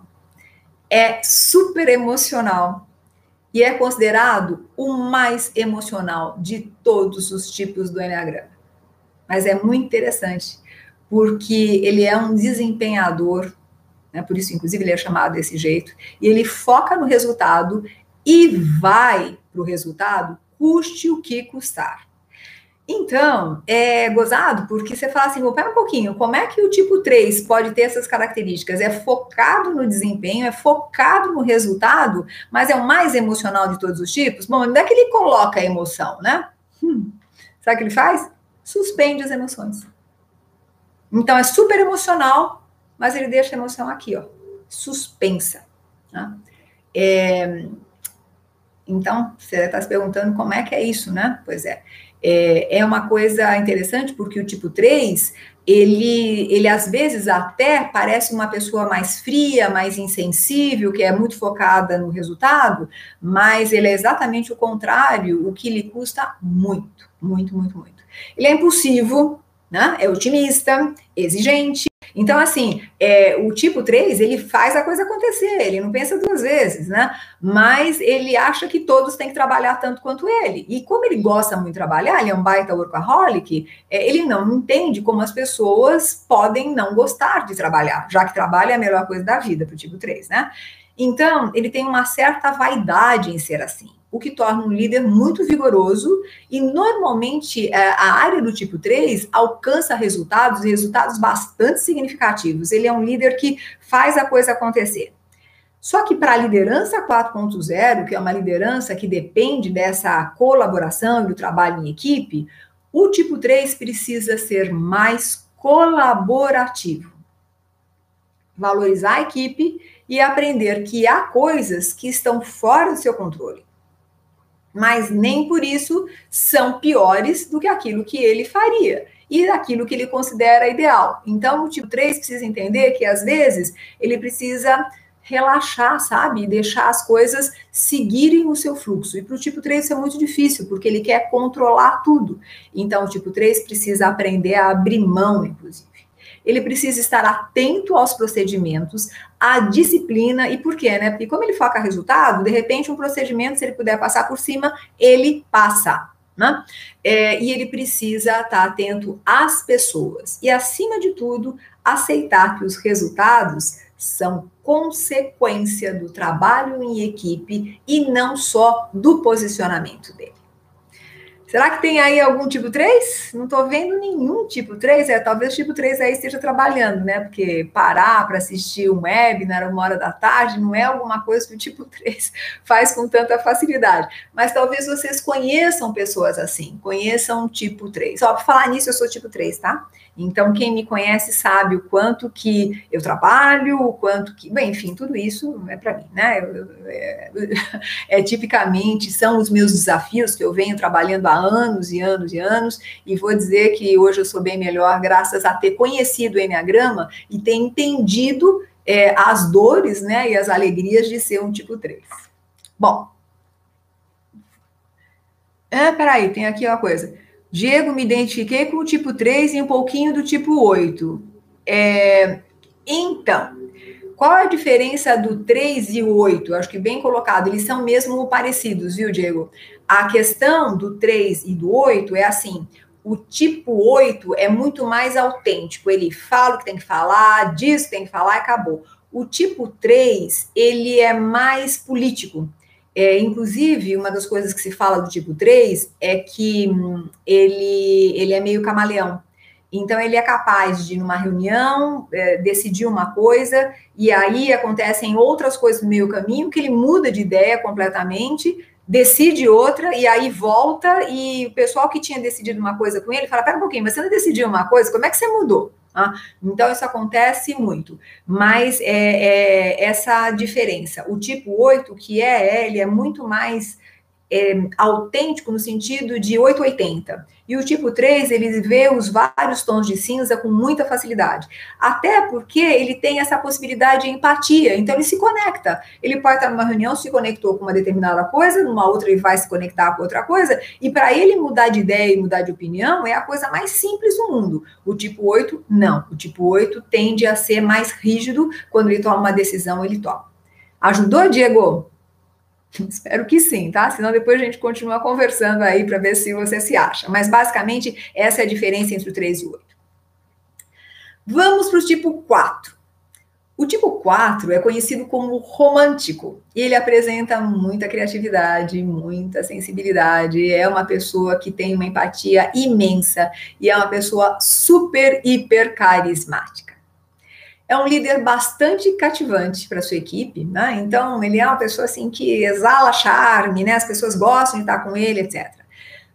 é super emocional. E é considerado o mais emocional de todos os tipos do Eneagrama. Mas é muito interessante, porque ele é um desempenhador, né? Por isso, inclusive, ele é chamado desse jeito, e ele foca no resultado e vai para o resultado, custe o que custar. Então, é gozado, porque você fala assim, pera um pouquinho, como é que o tipo três pode ter essas características? É focado no desempenho, é focado no resultado, mas é o mais emocional de todos os tipos? Bom, onde é que ele coloca a emoção, né? Hum, sabe o que ele faz? Suspende as emoções. Então, é super emocional, mas ele deixa a emoção aqui, ó, suspensa. Né? É, então, você está se perguntando como é que é isso, né? Pois é. É uma coisa interessante, porque o tipo três ele, ele às vezes até parece uma pessoa mais fria, mais insensível, que é muito focada no resultado, mas ele é exatamente o contrário, o que lhe custa muito, muito, muito, muito. Ele é impulsivo, né? É otimista, exigente. Então, assim, é, o tipo três, ele faz a coisa acontecer, ele não pensa duas vezes, né? Mas ele acha que todos têm que trabalhar tanto quanto ele. E como ele gosta muito de trabalhar, ele é um baita workaholic, é, ele não entende como as pessoas podem não gostar de trabalhar, já que trabalho é a melhor coisa da vida para o tipo três, né? Então, ele tem uma certa vaidade em ser assim, o que torna um líder muito vigoroso e, normalmente, a área do tipo três alcança resultados, resultados bastante significativos. Ele é um líder que faz a coisa acontecer. Só que para a liderança quatro ponto zero, que é uma liderança que depende dessa colaboração e do trabalho em equipe, o tipo três precisa ser mais colaborativo. Valorizar a equipe e aprender que há coisas que estão fora do seu controle, mas nem por isso são piores do que aquilo que ele faria e daquilo que ele considera ideal. Então, o tipo três precisa entender que, às vezes, ele precisa relaxar, sabe? E deixar as coisas seguirem o seu fluxo. E para o tipo três isso é muito difícil, porque ele quer controlar tudo. Então, o tipo três precisa aprender a abrir mão, inclusive. Ele precisa estar atento aos procedimentos, à disciplina, e por quê, né? Porque como ele foca resultado, de repente um procedimento, se ele puder passar por cima, ele passa, né? É, e ele precisa estar atento às pessoas. E, acima de tudo, aceitar que os resultados são consequência do trabalho em equipe e não só do posicionamento dele. Será que tem aí algum tipo três? Não estou vendo nenhum tipo três. É, talvez o tipo três aí esteja trabalhando, né? Porque parar para assistir um webinar uma hora da tarde não é alguma coisa que o tipo três faz com tanta facilidade. Mas talvez vocês conheçam pessoas assim, conheçam o tipo três. Ó, para falar nisso, eu sou tipo três, tá? Então, quem me conhece sabe o quanto que eu trabalho, o quanto que... Bem, enfim, tudo isso é para mim, né? Eu, eu, é, é, tipicamente, são os meus desafios que eu venho trabalhando há anos e anos e anos, e vou dizer que hoje eu sou bem melhor graças a ter conhecido o Enneagrama e ter entendido é, as dores, né, e as alegrias de ser um tipo três. Bom, ah, peraí, tem aqui uma coisa. Diego, me identifiquei com o tipo três e um pouquinho do tipo oito. É, então, qual a diferença do três e o oito? Acho que bem colocado, eles são mesmo parecidos, viu, Diego? A questão do três e do oito é assim, o tipo oito é muito mais autêntico, ele fala o que tem que falar, diz o que tem que falar e acabou. O tipo três, ele é mais político. É, inclusive, uma das coisas que se fala do tipo três é que hum, ele, ele é meio camaleão. Então, ele é capaz de, numa reunião, é, decidir uma coisa, e aí acontecem outras coisas no meio caminho, que ele muda de ideia completamente, decide outra, e aí volta, e o pessoal que tinha decidido uma coisa com ele fala, pera um pouquinho, mas você não decidiu uma coisa, como é que você mudou? Ah, então, isso acontece muito, mas é, é essa diferença. O tipo oito, que é, ele é muito mais é, autêntico no sentido de oito oitenta. E o tipo três, ele vê os vários tons de cinza com muita facilidade. Até porque ele tem essa possibilidade de empatia, então ele se conecta. Ele pode estar numa reunião, se conectou com uma determinada coisa, numa outra ele vai se conectar com outra coisa, e para ele mudar de ideia e mudar de opinião é a coisa mais simples do mundo. O tipo oito, não. O tipo oito tende a ser mais rígido, quando ele toma uma decisão, ele toma. Ajudou, Diego? Espero que sim, tá? Senão depois a gente continua conversando aí para ver se você se acha. Mas basicamente essa é a diferença entre o três e o oito. Vamos para o tipo quatro. O tipo quatro é conhecido como romântico e ele apresenta muita criatividade, muita sensibilidade. É uma pessoa que tem uma empatia imensa e é uma pessoa super, hiper carismática. É um líder bastante cativante para sua equipe, né? Então, ele é uma pessoa assim que exala charme, né? As pessoas gostam de estar com ele, etcétera.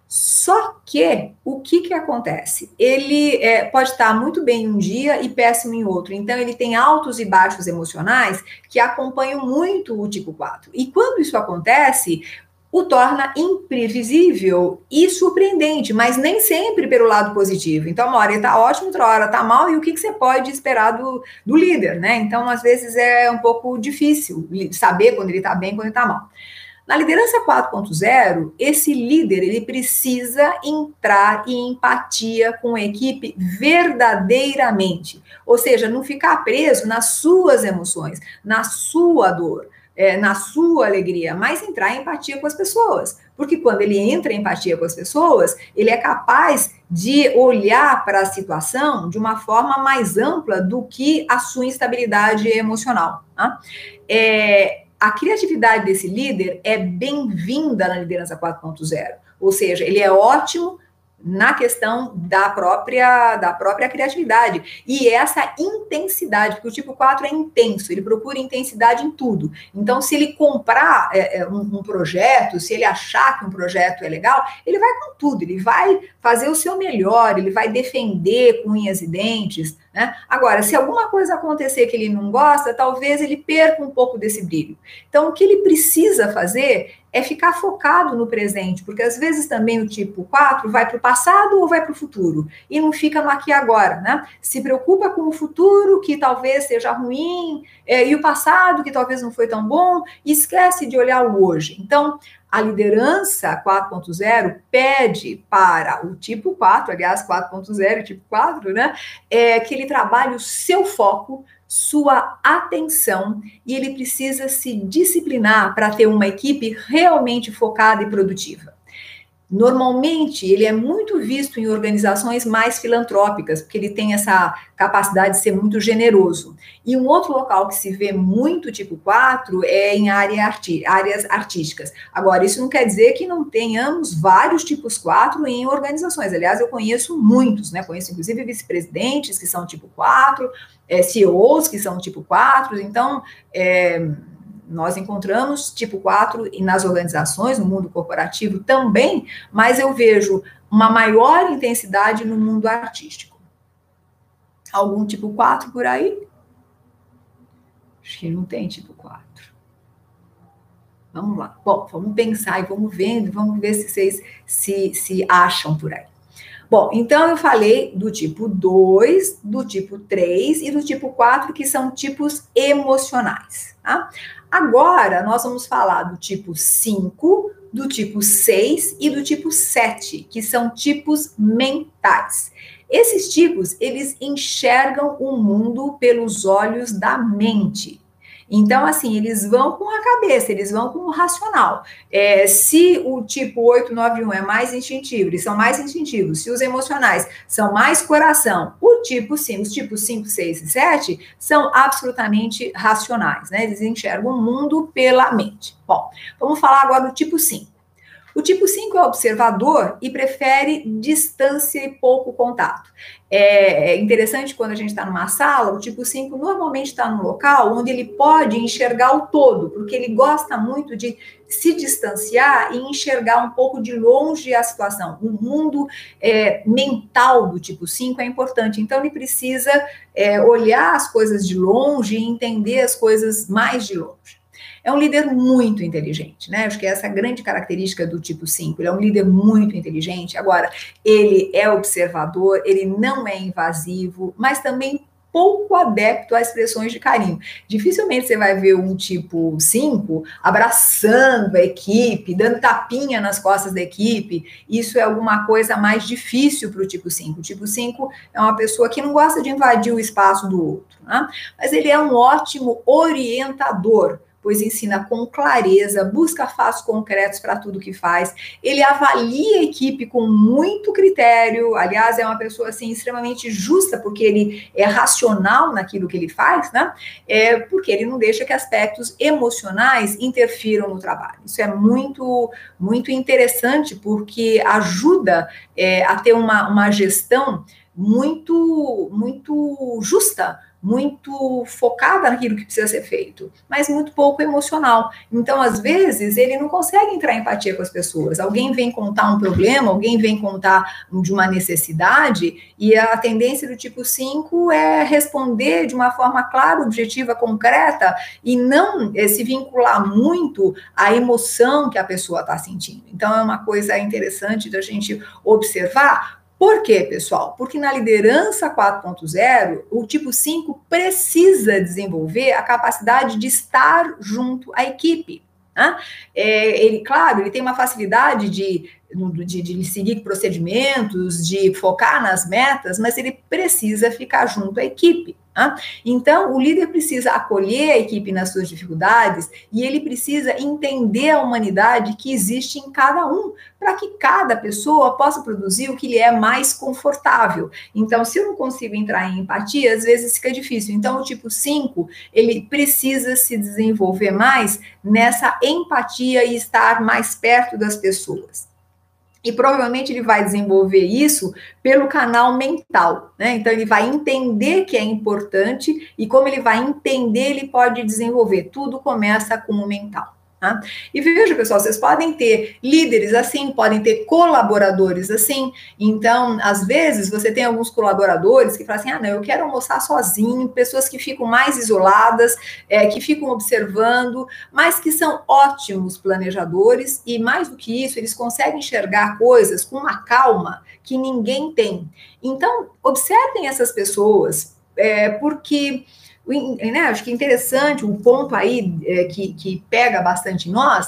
Só que, o que que acontece? Ele é, pode estar muito bem um dia e péssimo em outro. Então, ele tem altos e baixos emocionais que acompanham muito o tipo quatro. E quando isso acontece, o torna imprevisível e surpreendente, mas nem sempre pelo lado positivo. Então, uma hora ele está ótimo, outra hora está mal, e o que, que você pode esperar do, do líder, né? Então, às vezes é um pouco difícil saber quando ele está bem e quando ele está mal. Na liderança quatro ponto zero, esse líder ele precisa entrar em empatia com a equipe verdadeiramente, ou seja, não ficar preso nas suas emoções, na sua dor, é, na sua alegria, mas entrar em empatia com as pessoas, porque quando ele entra em empatia com as pessoas, ele é capaz de olhar para a situação de uma forma mais ampla do que a sua instabilidade emocional. Tá? É, A criatividade desse líder é bem-vinda na liderança quatro ponto zero, ou seja, ele é ótimo na questão da própria, da própria criatividade. E essa intensidade, porque o tipo quatro é intenso, ele procura intensidade em tudo. Então, se ele comprar é, um, um projeto, se ele achar que um projeto é legal, ele vai com tudo, ele vai fazer o seu melhor, ele vai defender com unhas e dentes, né? Agora, se alguma coisa acontecer que ele não gosta, talvez ele perca um pouco desse brilho. Então, o que ele precisa fazer é ficar focado no presente, porque às vezes também o tipo quatro vai para o passado ou vai para o futuro, e não fica no aqui e agora, né? Se preocupa com o futuro, que talvez seja ruim, é, e o passado, que talvez não foi tão bom, e esquece de olhar o hoje. Então, a liderança quatro ponto zero pede para o tipo quatro, aliás, quatro ponto zero e tipo quatro, né? É, que ele trabalhe o seu foco, sua atenção, e ele precisa se disciplinar para ter uma equipe realmente focada e produtiva. Normalmente, ele é muito visto em organizações mais filantrópicas, porque ele tem essa capacidade de ser muito generoso. E um outro local que se vê muito tipo quatro é em área arti- áreas artísticas. Agora, isso não quer dizer que não tenhamos vários tipos quatro em organizações. Aliás, eu conheço muitos, né? Conheço, inclusive, vice-presidentes que são tipo quatro, é, C E Os que são tipo quatro. Então, é... nós encontramos tipo quatro nas organizações, no mundo corporativo também, mas eu vejo uma maior intensidade no mundo artístico. Algum tipo quatro por aí? Acho que não tem tipo quatro. Vamos lá. Bom, vamos pensar e vamos vendo, vamos ver se vocês se, se acham por aí. Bom, então eu falei do tipo dois, do tipo três e do tipo quatro, que são tipos emocionais, tá? Agora, nós vamos falar do tipo cinco, do tipo seis e do tipo sete, que são tipos mentais. Esses tipos, eles enxergam o mundo pelos olhos da mente. Então, assim, eles vão com a cabeça, eles vão com o racional. É, se o tipo oito, nove e um é mais instintivo, eles são mais instintivos. Se os emocionais são mais coração, o tipo cinco, os tipos cinco, seis e sete são absolutamente racionais, né? Eles enxergam o mundo pela mente. Bom, vamos falar agora do tipo cinco. O tipo cinco é observador e prefere distância e pouco contato. É interessante quando a gente está numa sala, o tipo cinco normalmente está num local onde ele pode enxergar o todo, porque ele gosta muito de se distanciar e enxergar um pouco de longe a situação. O mundo é, mental do tipo cinco é importante, então ele precisa é, olhar as coisas de longe e entender as coisas mais de longe. É um líder muito inteligente, né? Acho que essa é a grande característica do tipo cinco. Ele é um líder muito inteligente. Agora, ele é observador, ele não é invasivo, mas também pouco adepto a expressões de carinho. Dificilmente você vai ver um tipo cinco abraçando a equipe, dando tapinha nas costas da equipe. Isso é alguma coisa mais difícil para o tipo cinco. O tipo cinco é uma pessoa que não gosta de invadir o espaço do outro, né? Mas ele é um ótimo orientador, pois ensina com clareza, busca fatos concretos para tudo que faz, ele avalia a equipe com muito critério, aliás, é uma pessoa assim extremamente justa, porque ele é racional naquilo que ele faz, né? É, porque ele não deixa que aspectos emocionais interfiram no trabalho. Isso é muito, muito interessante, porque ajuda é, a ter uma, uma gestão muito, muito justa, muito focada naquilo que precisa ser feito, mas muito pouco emocional. Então, às vezes, ele não consegue entrar em empatia com as pessoas. Alguém vem contar um problema, alguém vem contar de uma necessidade, e a tendência do tipo cinco é responder de uma forma clara, objetiva, concreta, e não é, se vincular muito à emoção que a pessoa está sentindo. Então, é uma coisa interessante da gente observar. Por quê, pessoal? Porque na liderança quatro ponto zero, o tipo cinco precisa desenvolver a capacidade de estar junto à equipe. Né? É, ele, claro, ele tem uma facilidade de, de, de seguir procedimentos, de focar nas metas, mas ele precisa ficar junto à equipe. Né? Então, o líder precisa acolher a equipe nas suas dificuldades e ele precisa entender a humanidade que existe em cada um, para que cada pessoa possa produzir o que lhe é mais confortável. Então, se eu não consigo entrar em empatia, às vezes fica difícil. Então, o tipo cinco, ele precisa se desenvolver mais nessa empatia e estar mais perto das pessoas. E provavelmente ele vai desenvolver isso pelo canal mental, né? Então ele vai entender que é importante e como ele vai entender, ele pode desenvolver. Tudo começa com o mental. Tá? E veja, pessoal, vocês podem ter líderes assim, podem ter colaboradores assim. Então, às vezes, você tem alguns colaboradores que falam assim, ah, não, eu quero almoçar sozinho, pessoas que ficam mais isoladas, é, que ficam observando, mas que são ótimos planejadores e, mais do que isso, eles conseguem enxergar coisas com uma calma que ninguém tem. Então, observem essas pessoas, é, porque... Né, acho que é interessante, um ponto aí é, que, que pega bastante em nós,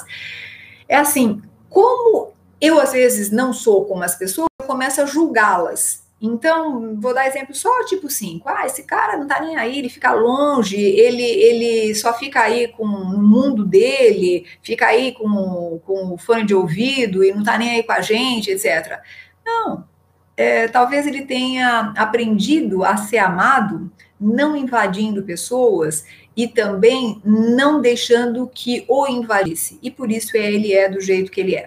é assim, como eu às vezes não sou como as pessoas, eu começo a julgá-las. Então, vou dar exemplo só tipo cinco. Ah, esse cara não tá nem aí, ele fica longe, ele, ele só fica aí com o mundo dele, fica aí com, com o fone de ouvido e não tá nem aí com a gente, etcétera. Não, é, talvez ele tenha aprendido a ser amado, não invadindo pessoas e também não deixando que o invadisse. E por isso ele é do jeito que ele é.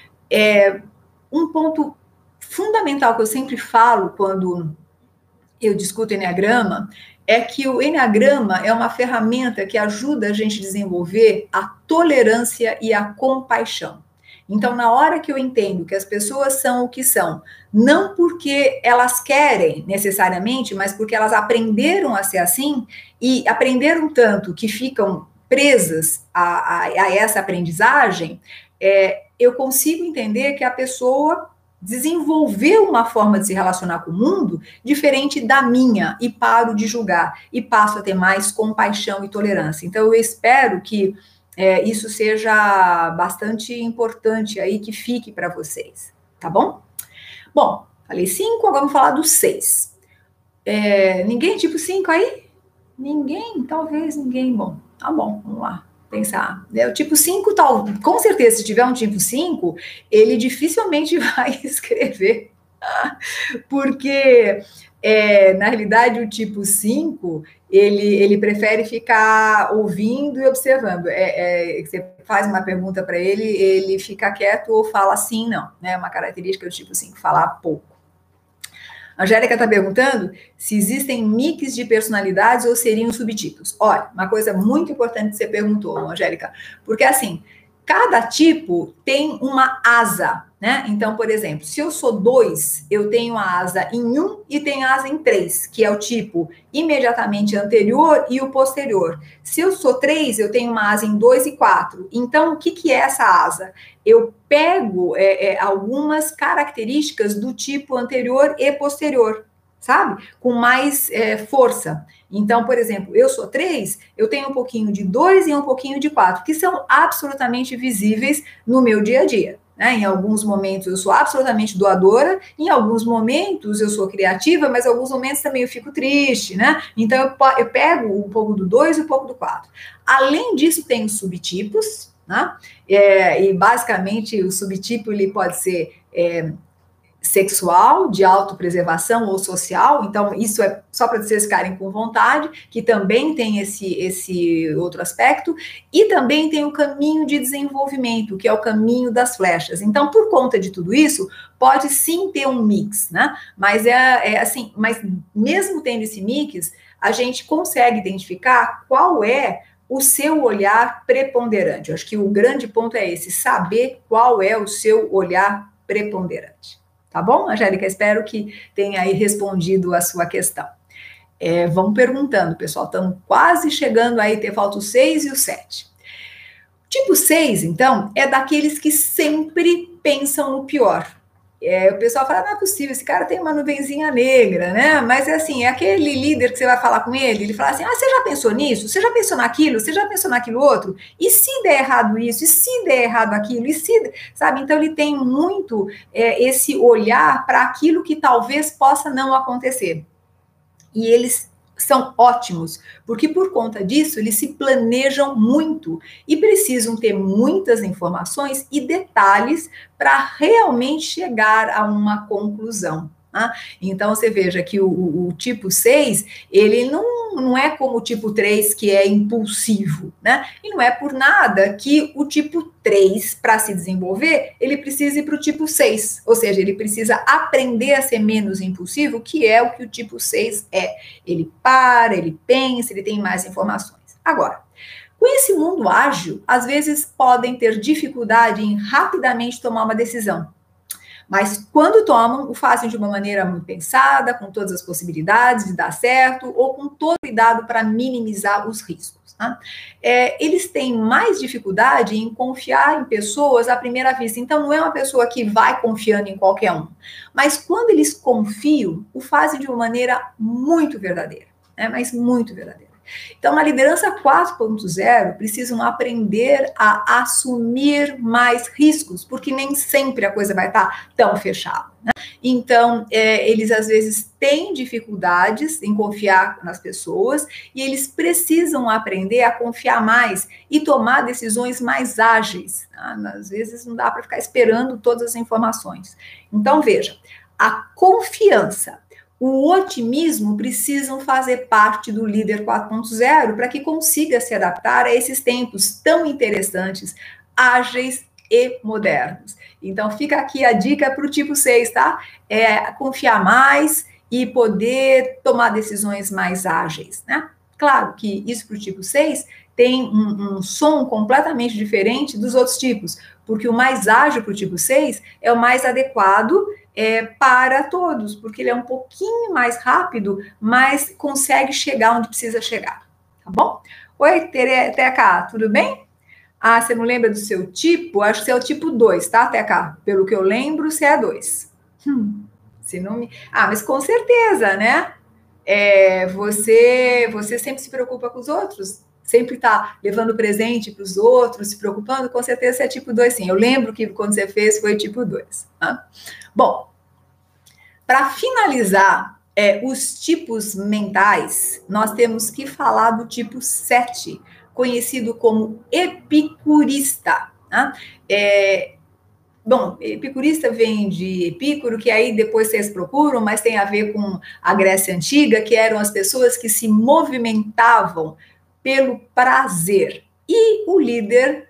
É um ponto fundamental que eu sempre falo quando eu discuto Enneagrama é que o Enneagrama é uma ferramenta que ajuda a gente a desenvolver a tolerância e a compaixão. Então, na hora que eu entendo que as pessoas são o que são, não porque elas querem necessariamente, mas porque elas aprenderam a ser assim e aprenderam tanto que ficam presas a, a, a essa aprendizagem, é, eu consigo entender que a pessoa desenvolveu uma forma de se relacionar com o mundo diferente da minha e paro de julgar e passo a ter mais compaixão e tolerância. Então, eu espero que É, isso seja bastante importante aí, que fique para vocês, tá bom? Bom, falei cinco, agora vamos falar do seis. É, ninguém tipo cinco aí? Ninguém? Talvez ninguém. Bom, tá bom, vamos lá, pensar. É, o tipo cinco, tal, com certeza, se tiver um tipo cinco, ele dificilmente vai escrever, porque... É, na realidade, o tipo cinco, ele, ele prefere ficar ouvindo e observando. É, é, você faz uma pergunta para ele, ele fica quieto ou fala sim, não. É né? Uma característica do tipo cinco, falar pouco. A Angélica está perguntando se existem mix de personalidades ou seriam subtipos. Olha, uma coisa muito importante que você perguntou, Angélica, porque assim, cada tipo tem uma asa, né? Então, por exemplo, se eu sou dois, eu tenho a asa em um e tenho a asa em três, que é o tipo imediatamente anterior e o posterior. Se eu sou três, eu tenho uma asa em dois e quatro. Então, o que, que é essa asa? Eu pego é, é, algumas características do tipo anterior e posterior, sabe? Com mais é, força. Então, por exemplo, eu sou três, eu tenho um pouquinho de dois e um pouquinho de quatro, que são absolutamente visíveis no meu dia a dia. Né? Em alguns momentos eu sou absolutamente doadora, em alguns momentos eu sou criativa, mas em alguns momentos também eu fico triste, né? Então eu, eu pego um pouco do dois e um pouco do quatro. Além disso, tem os subtipos, né? É, e basicamente o subtipo ele pode ser... É, sexual, de autopreservação ou social, então isso é só para vocês ficarem com vontade, que também tem esse, esse outro aspecto, e também tem o caminho de desenvolvimento, que é o caminho das flechas. Então, por conta de tudo isso, pode sim ter um mix, né? Mas é, é assim, mas mesmo tendo esse mix, a gente consegue identificar qual é o seu olhar preponderante. Eu acho que o grande ponto é esse, saber qual é o seu olhar preponderante. Tá bom, Angélica? Espero que tenha aí respondido a sua questão. É, vamos perguntando, pessoal. Estamos quase chegando aí, ter falta o seis e o sete. Tipo seis, então, é daqueles que sempre pensam no pior. É, o pessoal fala, não é possível, esse cara tem uma nuvenzinha negra, né? Mas é assim, é aquele líder que você vai falar com ele, ele fala assim, ah, você já pensou nisso? Você já pensou naquilo? Você já pensou naquilo outro? E se der errado isso? E se der errado aquilo? E se, sabe? Então ele tem muito é, esse olhar para aquilo que talvez possa não acontecer. E eles são ótimos, porque por conta disso eles se planejam muito e precisam ter muitas informações e detalhes para realmente chegar a uma conclusão. Tá? Então, você veja que o, o, o tipo seis, ele não, não é como o tipo três, que é impulsivo, né? E não é por nada que o tipo três, para se desenvolver, ele precisa ir para o tipo seis, ou seja, ele precisa aprender a ser menos impulsivo, que é o que o tipo seis é. Ele para, ele pensa, ele tem mais informações. Agora, com esse mundo ágil, às vezes podem ter dificuldade em rapidamente tomar uma decisão. Mas quando tomam, o fazem de uma maneira muito pensada, com todas as possibilidades de dar certo, ou com todo cuidado para minimizar os riscos. Tá? É, eles têm mais dificuldade em confiar em pessoas à primeira vista. Então, não é uma pessoa que vai confiando em qualquer um. Mas quando eles confiam, o fazem de uma maneira muito verdadeira. Né? Mas muito verdadeira. Então, na liderança quatro ponto zero, precisam aprender a assumir mais riscos, porque nem sempre a coisa vai estar tão fechada. Né? Então, é, eles às vezes têm dificuldades em confiar nas pessoas e eles precisam aprender a confiar mais e tomar decisões mais ágeis. Tá? Às vezes não dá para ficar esperando todas as informações. Então, veja, a confiança, o otimismo precisam fazer parte do líder quatro ponto zero para que consiga se adaptar a esses tempos tão interessantes, ágeis e modernos. Então, fica aqui a dica para o tipo seis, tá? É confiar mais e poder tomar decisões mais ágeis, né? Claro que isso para o tipo seis tem um, um som completamente diferente dos outros tipos, porque o mais ágil para o tipo seis é o mais adequado É, para todos, porque ele é um pouquinho mais rápido, mas consegue chegar onde precisa chegar, tá bom? Oi, Teca, tudo bem? Ah, você não lembra do seu tipo? Acho que você é o tipo dois, tá, Teca? Pelo que eu lembro, você é dois. Hum, se não me... Ah, mas com certeza, né? É, você, você sempre se preocupa com os outros, sempre está levando presente para os outros, se preocupando, com certeza você é tipo dois, sim. Eu lembro que quando você fez foi tipo dois, tá? Bom, para finalizar é, os tipos mentais, nós temos que falar do tipo sete, conhecido como epicurista. Tá? É, bom, epicurista vem de Epicuro, que aí depois vocês procuram, mas tem a ver com a Grécia Antiga, que eram as pessoas que se movimentavam pelo prazer. E o líder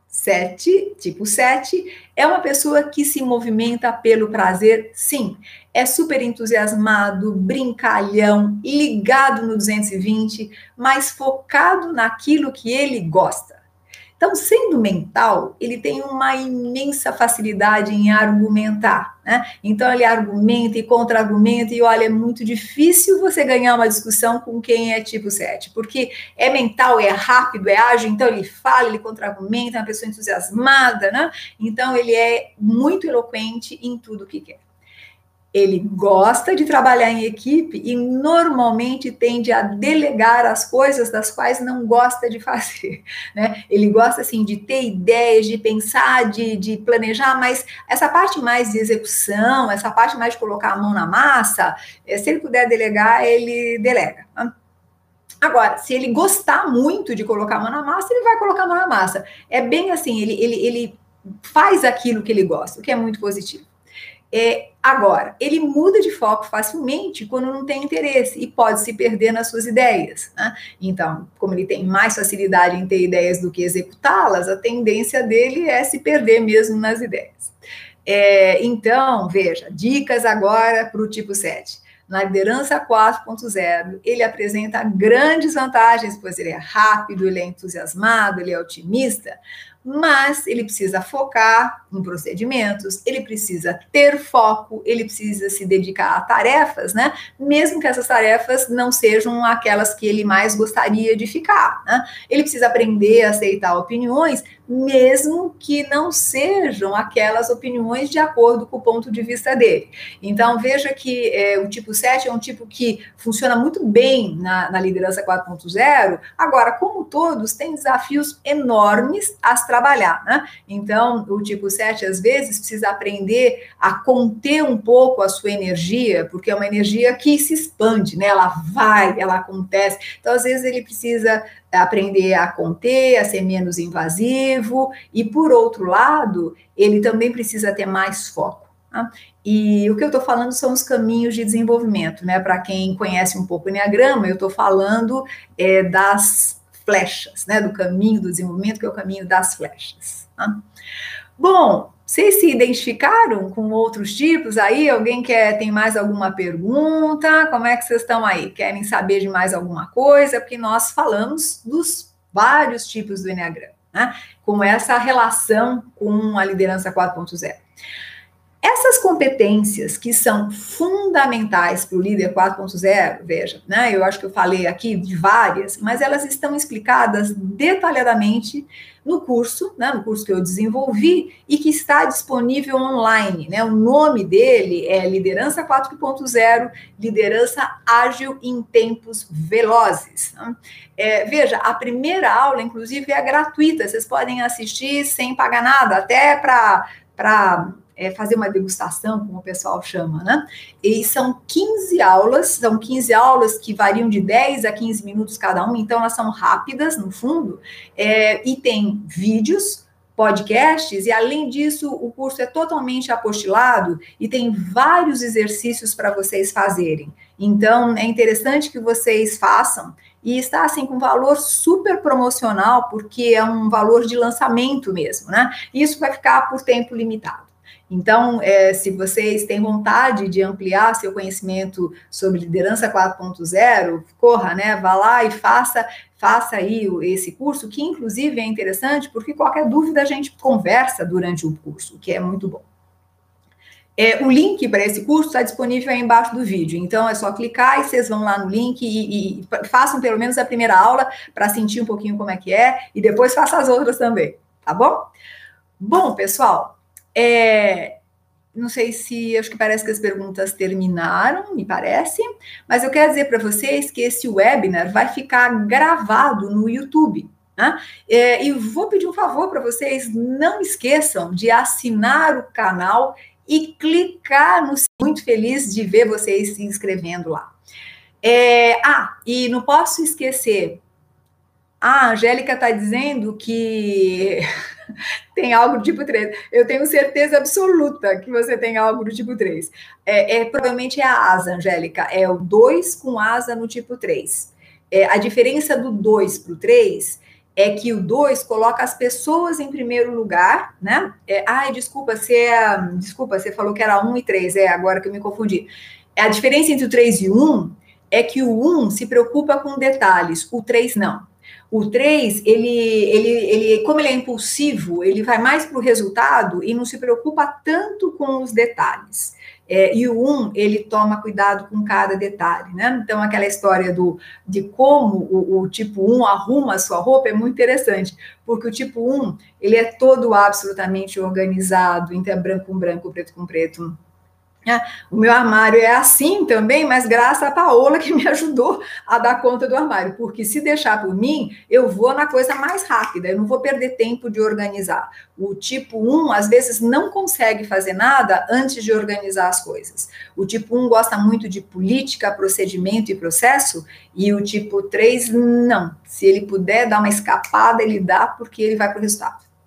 sete, tipo sete, é uma pessoa que se movimenta pelo prazer, sim. É super entusiasmado, brincalhão, ligado no duzentos e vinte, mas focado naquilo que ele gosta. Então, sendo mental, ele tem uma imensa facilidade em argumentar, né? Então, ele argumenta e contra-argumenta, e olha, é muito difícil você ganhar uma discussão com quem é tipo sete, porque é mental, é rápido, é ágil, então ele fala, ele contra-argumenta, é uma pessoa entusiasmada, né? Então, ele é muito eloquente em tudo que quer. Ele gosta de trabalhar em equipe e normalmente tende a delegar as coisas das quais não gosta de fazer, né? Ele gosta, assim, de ter ideias, de pensar, de, de planejar, mas essa parte mais de execução, essa parte mais de colocar a mão na massa, se ele puder delegar, ele delega. Tá? Agora, se ele gostar muito de colocar a mão na massa, ele vai colocar a mão na massa. É bem assim, ele, ele, ele faz aquilo que ele gosta, o que é muito positivo. É, Agora, ele muda de foco facilmente quando não tem interesse e pode se perder nas suas ideias, né? Então, como ele tem mais facilidade em ter ideias do que executá-las, a tendência dele é se perder mesmo nas ideias. É, então, veja, dicas agora para o tipo sete. Na liderança quatro ponto zero, ele apresenta grandes vantagens, pois ele é rápido, ele é entusiasmado, ele é otimista, mas ele precisa focar em procedimentos, ele precisa ter foco, ele precisa se dedicar a tarefas, né? Mesmo que essas tarefas não sejam aquelas que ele mais gostaria de ficar, né? Ele precisa aprender a aceitar opiniões, mesmo que não sejam aquelas opiniões de acordo com o ponto de vista dele. Então, veja que é, o tipo sete é um tipo que funciona muito bem na, na liderança quatro ponto zero, agora, como todos, tem desafios enormes a trabalhar, né? Então, o tipo sete, às vezes, precisa aprender a conter um pouco a sua energia, porque é uma energia que se expande, né? Ela vai, ela acontece. Então, às vezes, ele precisa aprender a conter, a ser menos invasivo, e, por outro lado, ele também precisa ter mais foco. Tá? E o que eu estou falando são os caminhos de desenvolvimento, né? Para quem conhece um pouco o Enneagrama, eu estou falando é, das flechas, né, do caminho do desenvolvimento, que é o caminho das flechas. Tá? Bom, vocês se identificaram com outros tipos aí? Alguém quer, tem mais alguma pergunta? Como é que vocês estão aí? Querem saber de mais alguma coisa? Porque nós falamos dos vários tipos do Enneagrama, né? Com essa relação com a liderança quatro ponto zero. Essas competências que são fundamentais para o líder quatro ponto zero, veja, né, eu acho que eu falei aqui de várias, mas elas estão explicadas detalhadamente no curso, né, no curso que eu desenvolvi e que está disponível online, né? O nome dele é Liderança quatro ponto zero, Liderança Ágil em Tempos Velozes. Né? É, veja, a primeira aula, inclusive, é gratuita, vocês podem assistir sem pagar nada, até para... para É fazer uma degustação, como o pessoal chama, né? E são quinze aulas, são quinze aulas que variam de dez a quinze minutos cada uma, então elas são rápidas, no fundo, é, e tem vídeos, podcasts, e além disso, o curso é totalmente apostilado e tem vários exercícios para vocês fazerem. Então, é interessante que vocês façam, e está, assim, com valor super promocional, porque é um valor de lançamento mesmo, né? E isso vai ficar por tempo limitado. Então, é, se vocês têm vontade de ampliar seu conhecimento sobre liderança quatro ponto zero, corra, né? Vá lá e faça, faça aí esse curso, que inclusive é interessante, porque qualquer dúvida a gente conversa durante o curso, o que é muito bom. É, o link para esse curso está disponível aí embaixo do vídeo, então é só clicar e vocês vão lá no link e, e façam pelo menos a primeira aula para sentir um pouquinho como é que é, e depois façam as outras também, tá bom? Bom, pessoal, É, não sei se, acho que parece que as perguntas terminaram, me parece, mas eu quero dizer para vocês que esse webinar vai ficar gravado no YouTube, né? É, e vou pedir um favor para vocês, não esqueçam de assinar o canal e clicar no sininho. Muito feliz de ver vocês se inscrevendo lá. É, ah, e não posso esquecer, a Angélica está dizendo que tem algo do tipo três. Eu tenho certeza absoluta que você tem algo do tipo três. É, é, provavelmente é a asa, Angélica. É o dois com asa no tipo três. É, a diferença do dois para o três é que o dois coloca as pessoas em primeiro lugar, né? É, ai, desculpa, você, é, desculpa, você falou que era um e três. É, agora que eu me confundi. A diferença entre o três e o um é que o um se preocupa com detalhes, o três não. O três, ele, ele, ele, como ele é impulsivo, ele vai mais para o resultado e não se preocupa tanto com os detalhes. É, e o um, ele toma cuidado com cada detalhe, né? Então, aquela história do, de como o, o tipo um arruma a sua roupa é muito interessante, porque o tipo um, ele é todo absolutamente organizado, então é branco com branco, preto com preto. O meu armário é assim também, mas graças a Paola que me ajudou a dar conta do armário, porque se deixar por mim, eu vou na coisa mais rápida, eu não vou perder tempo de organizar. O tipo um, às vezes, não consegue fazer nada antes de organizar as coisas. O tipo um gosta muito de política, procedimento e processo, e o tipo três, não. Se ele puder dar uma escapada, ele dá, porque ele vai para o resultado.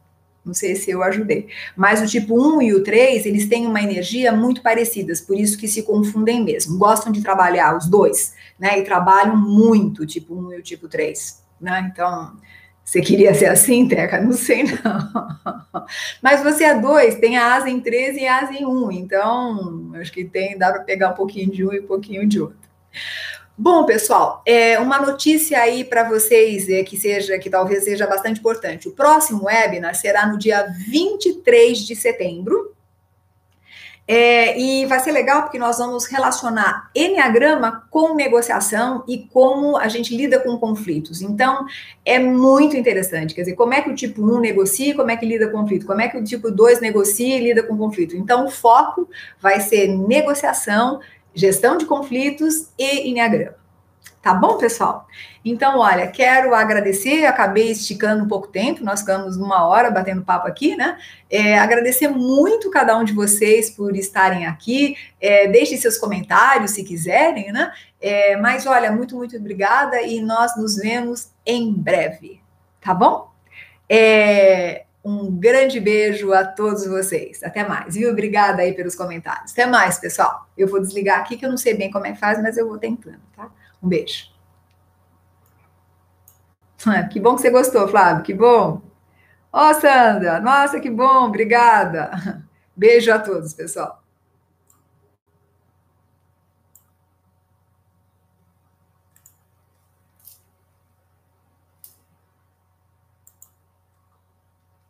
Não sei se eu ajudei. Mas o tipo um e o três, eles têm uma energia muito parecidas, por isso que se confundem mesmo. Gostam de trabalhar os dois, né? E trabalham muito, o tipo um e o tipo três, né? Então, você queria ser assim, Teca? Não sei, não. Mas você é dois, tem a asa em três e a asa em um, então, acho que tem, dá para pegar um pouquinho de um e um pouquinho de outro. Bom, pessoal, é, uma notícia aí para vocês é, que seja, que talvez seja bastante importante. O próximo webinar será no dia vinte e três de setembro. É, e vai ser legal porque nós vamos relacionar Enneagrama com negociação e como a gente lida com conflitos. Então, é muito interessante. Quer dizer, como é que o tipo um negocia, como é que lida com conflito? Como é que o tipo dois negocia e lida com conflito? Então, o foco vai ser negociação, gestão de conflitos e Enneagrama. Tá bom, pessoal? Então, olha, quero agradecer, acabei esticando um pouco tempo, nós ficamos uma hora batendo papo aqui, né? É, agradecer muito cada um de vocês por estarem aqui, é, deixem seus comentários se quiserem, né? É, mas, olha, muito, muito obrigada e nós nos vemos em breve, tá bom? É, um grande beijo a todos vocês, até mais, viu? Obrigada aí pelos comentários, até mais, pessoal. Eu vou desligar aqui que eu não sei bem como é que faz, mas eu vou tentando, tá? Um beijo. Que bom que você gostou, Flávio, que bom. Ó, oh, Sandra, nossa, que bom, obrigada. Beijo a todos, pessoal.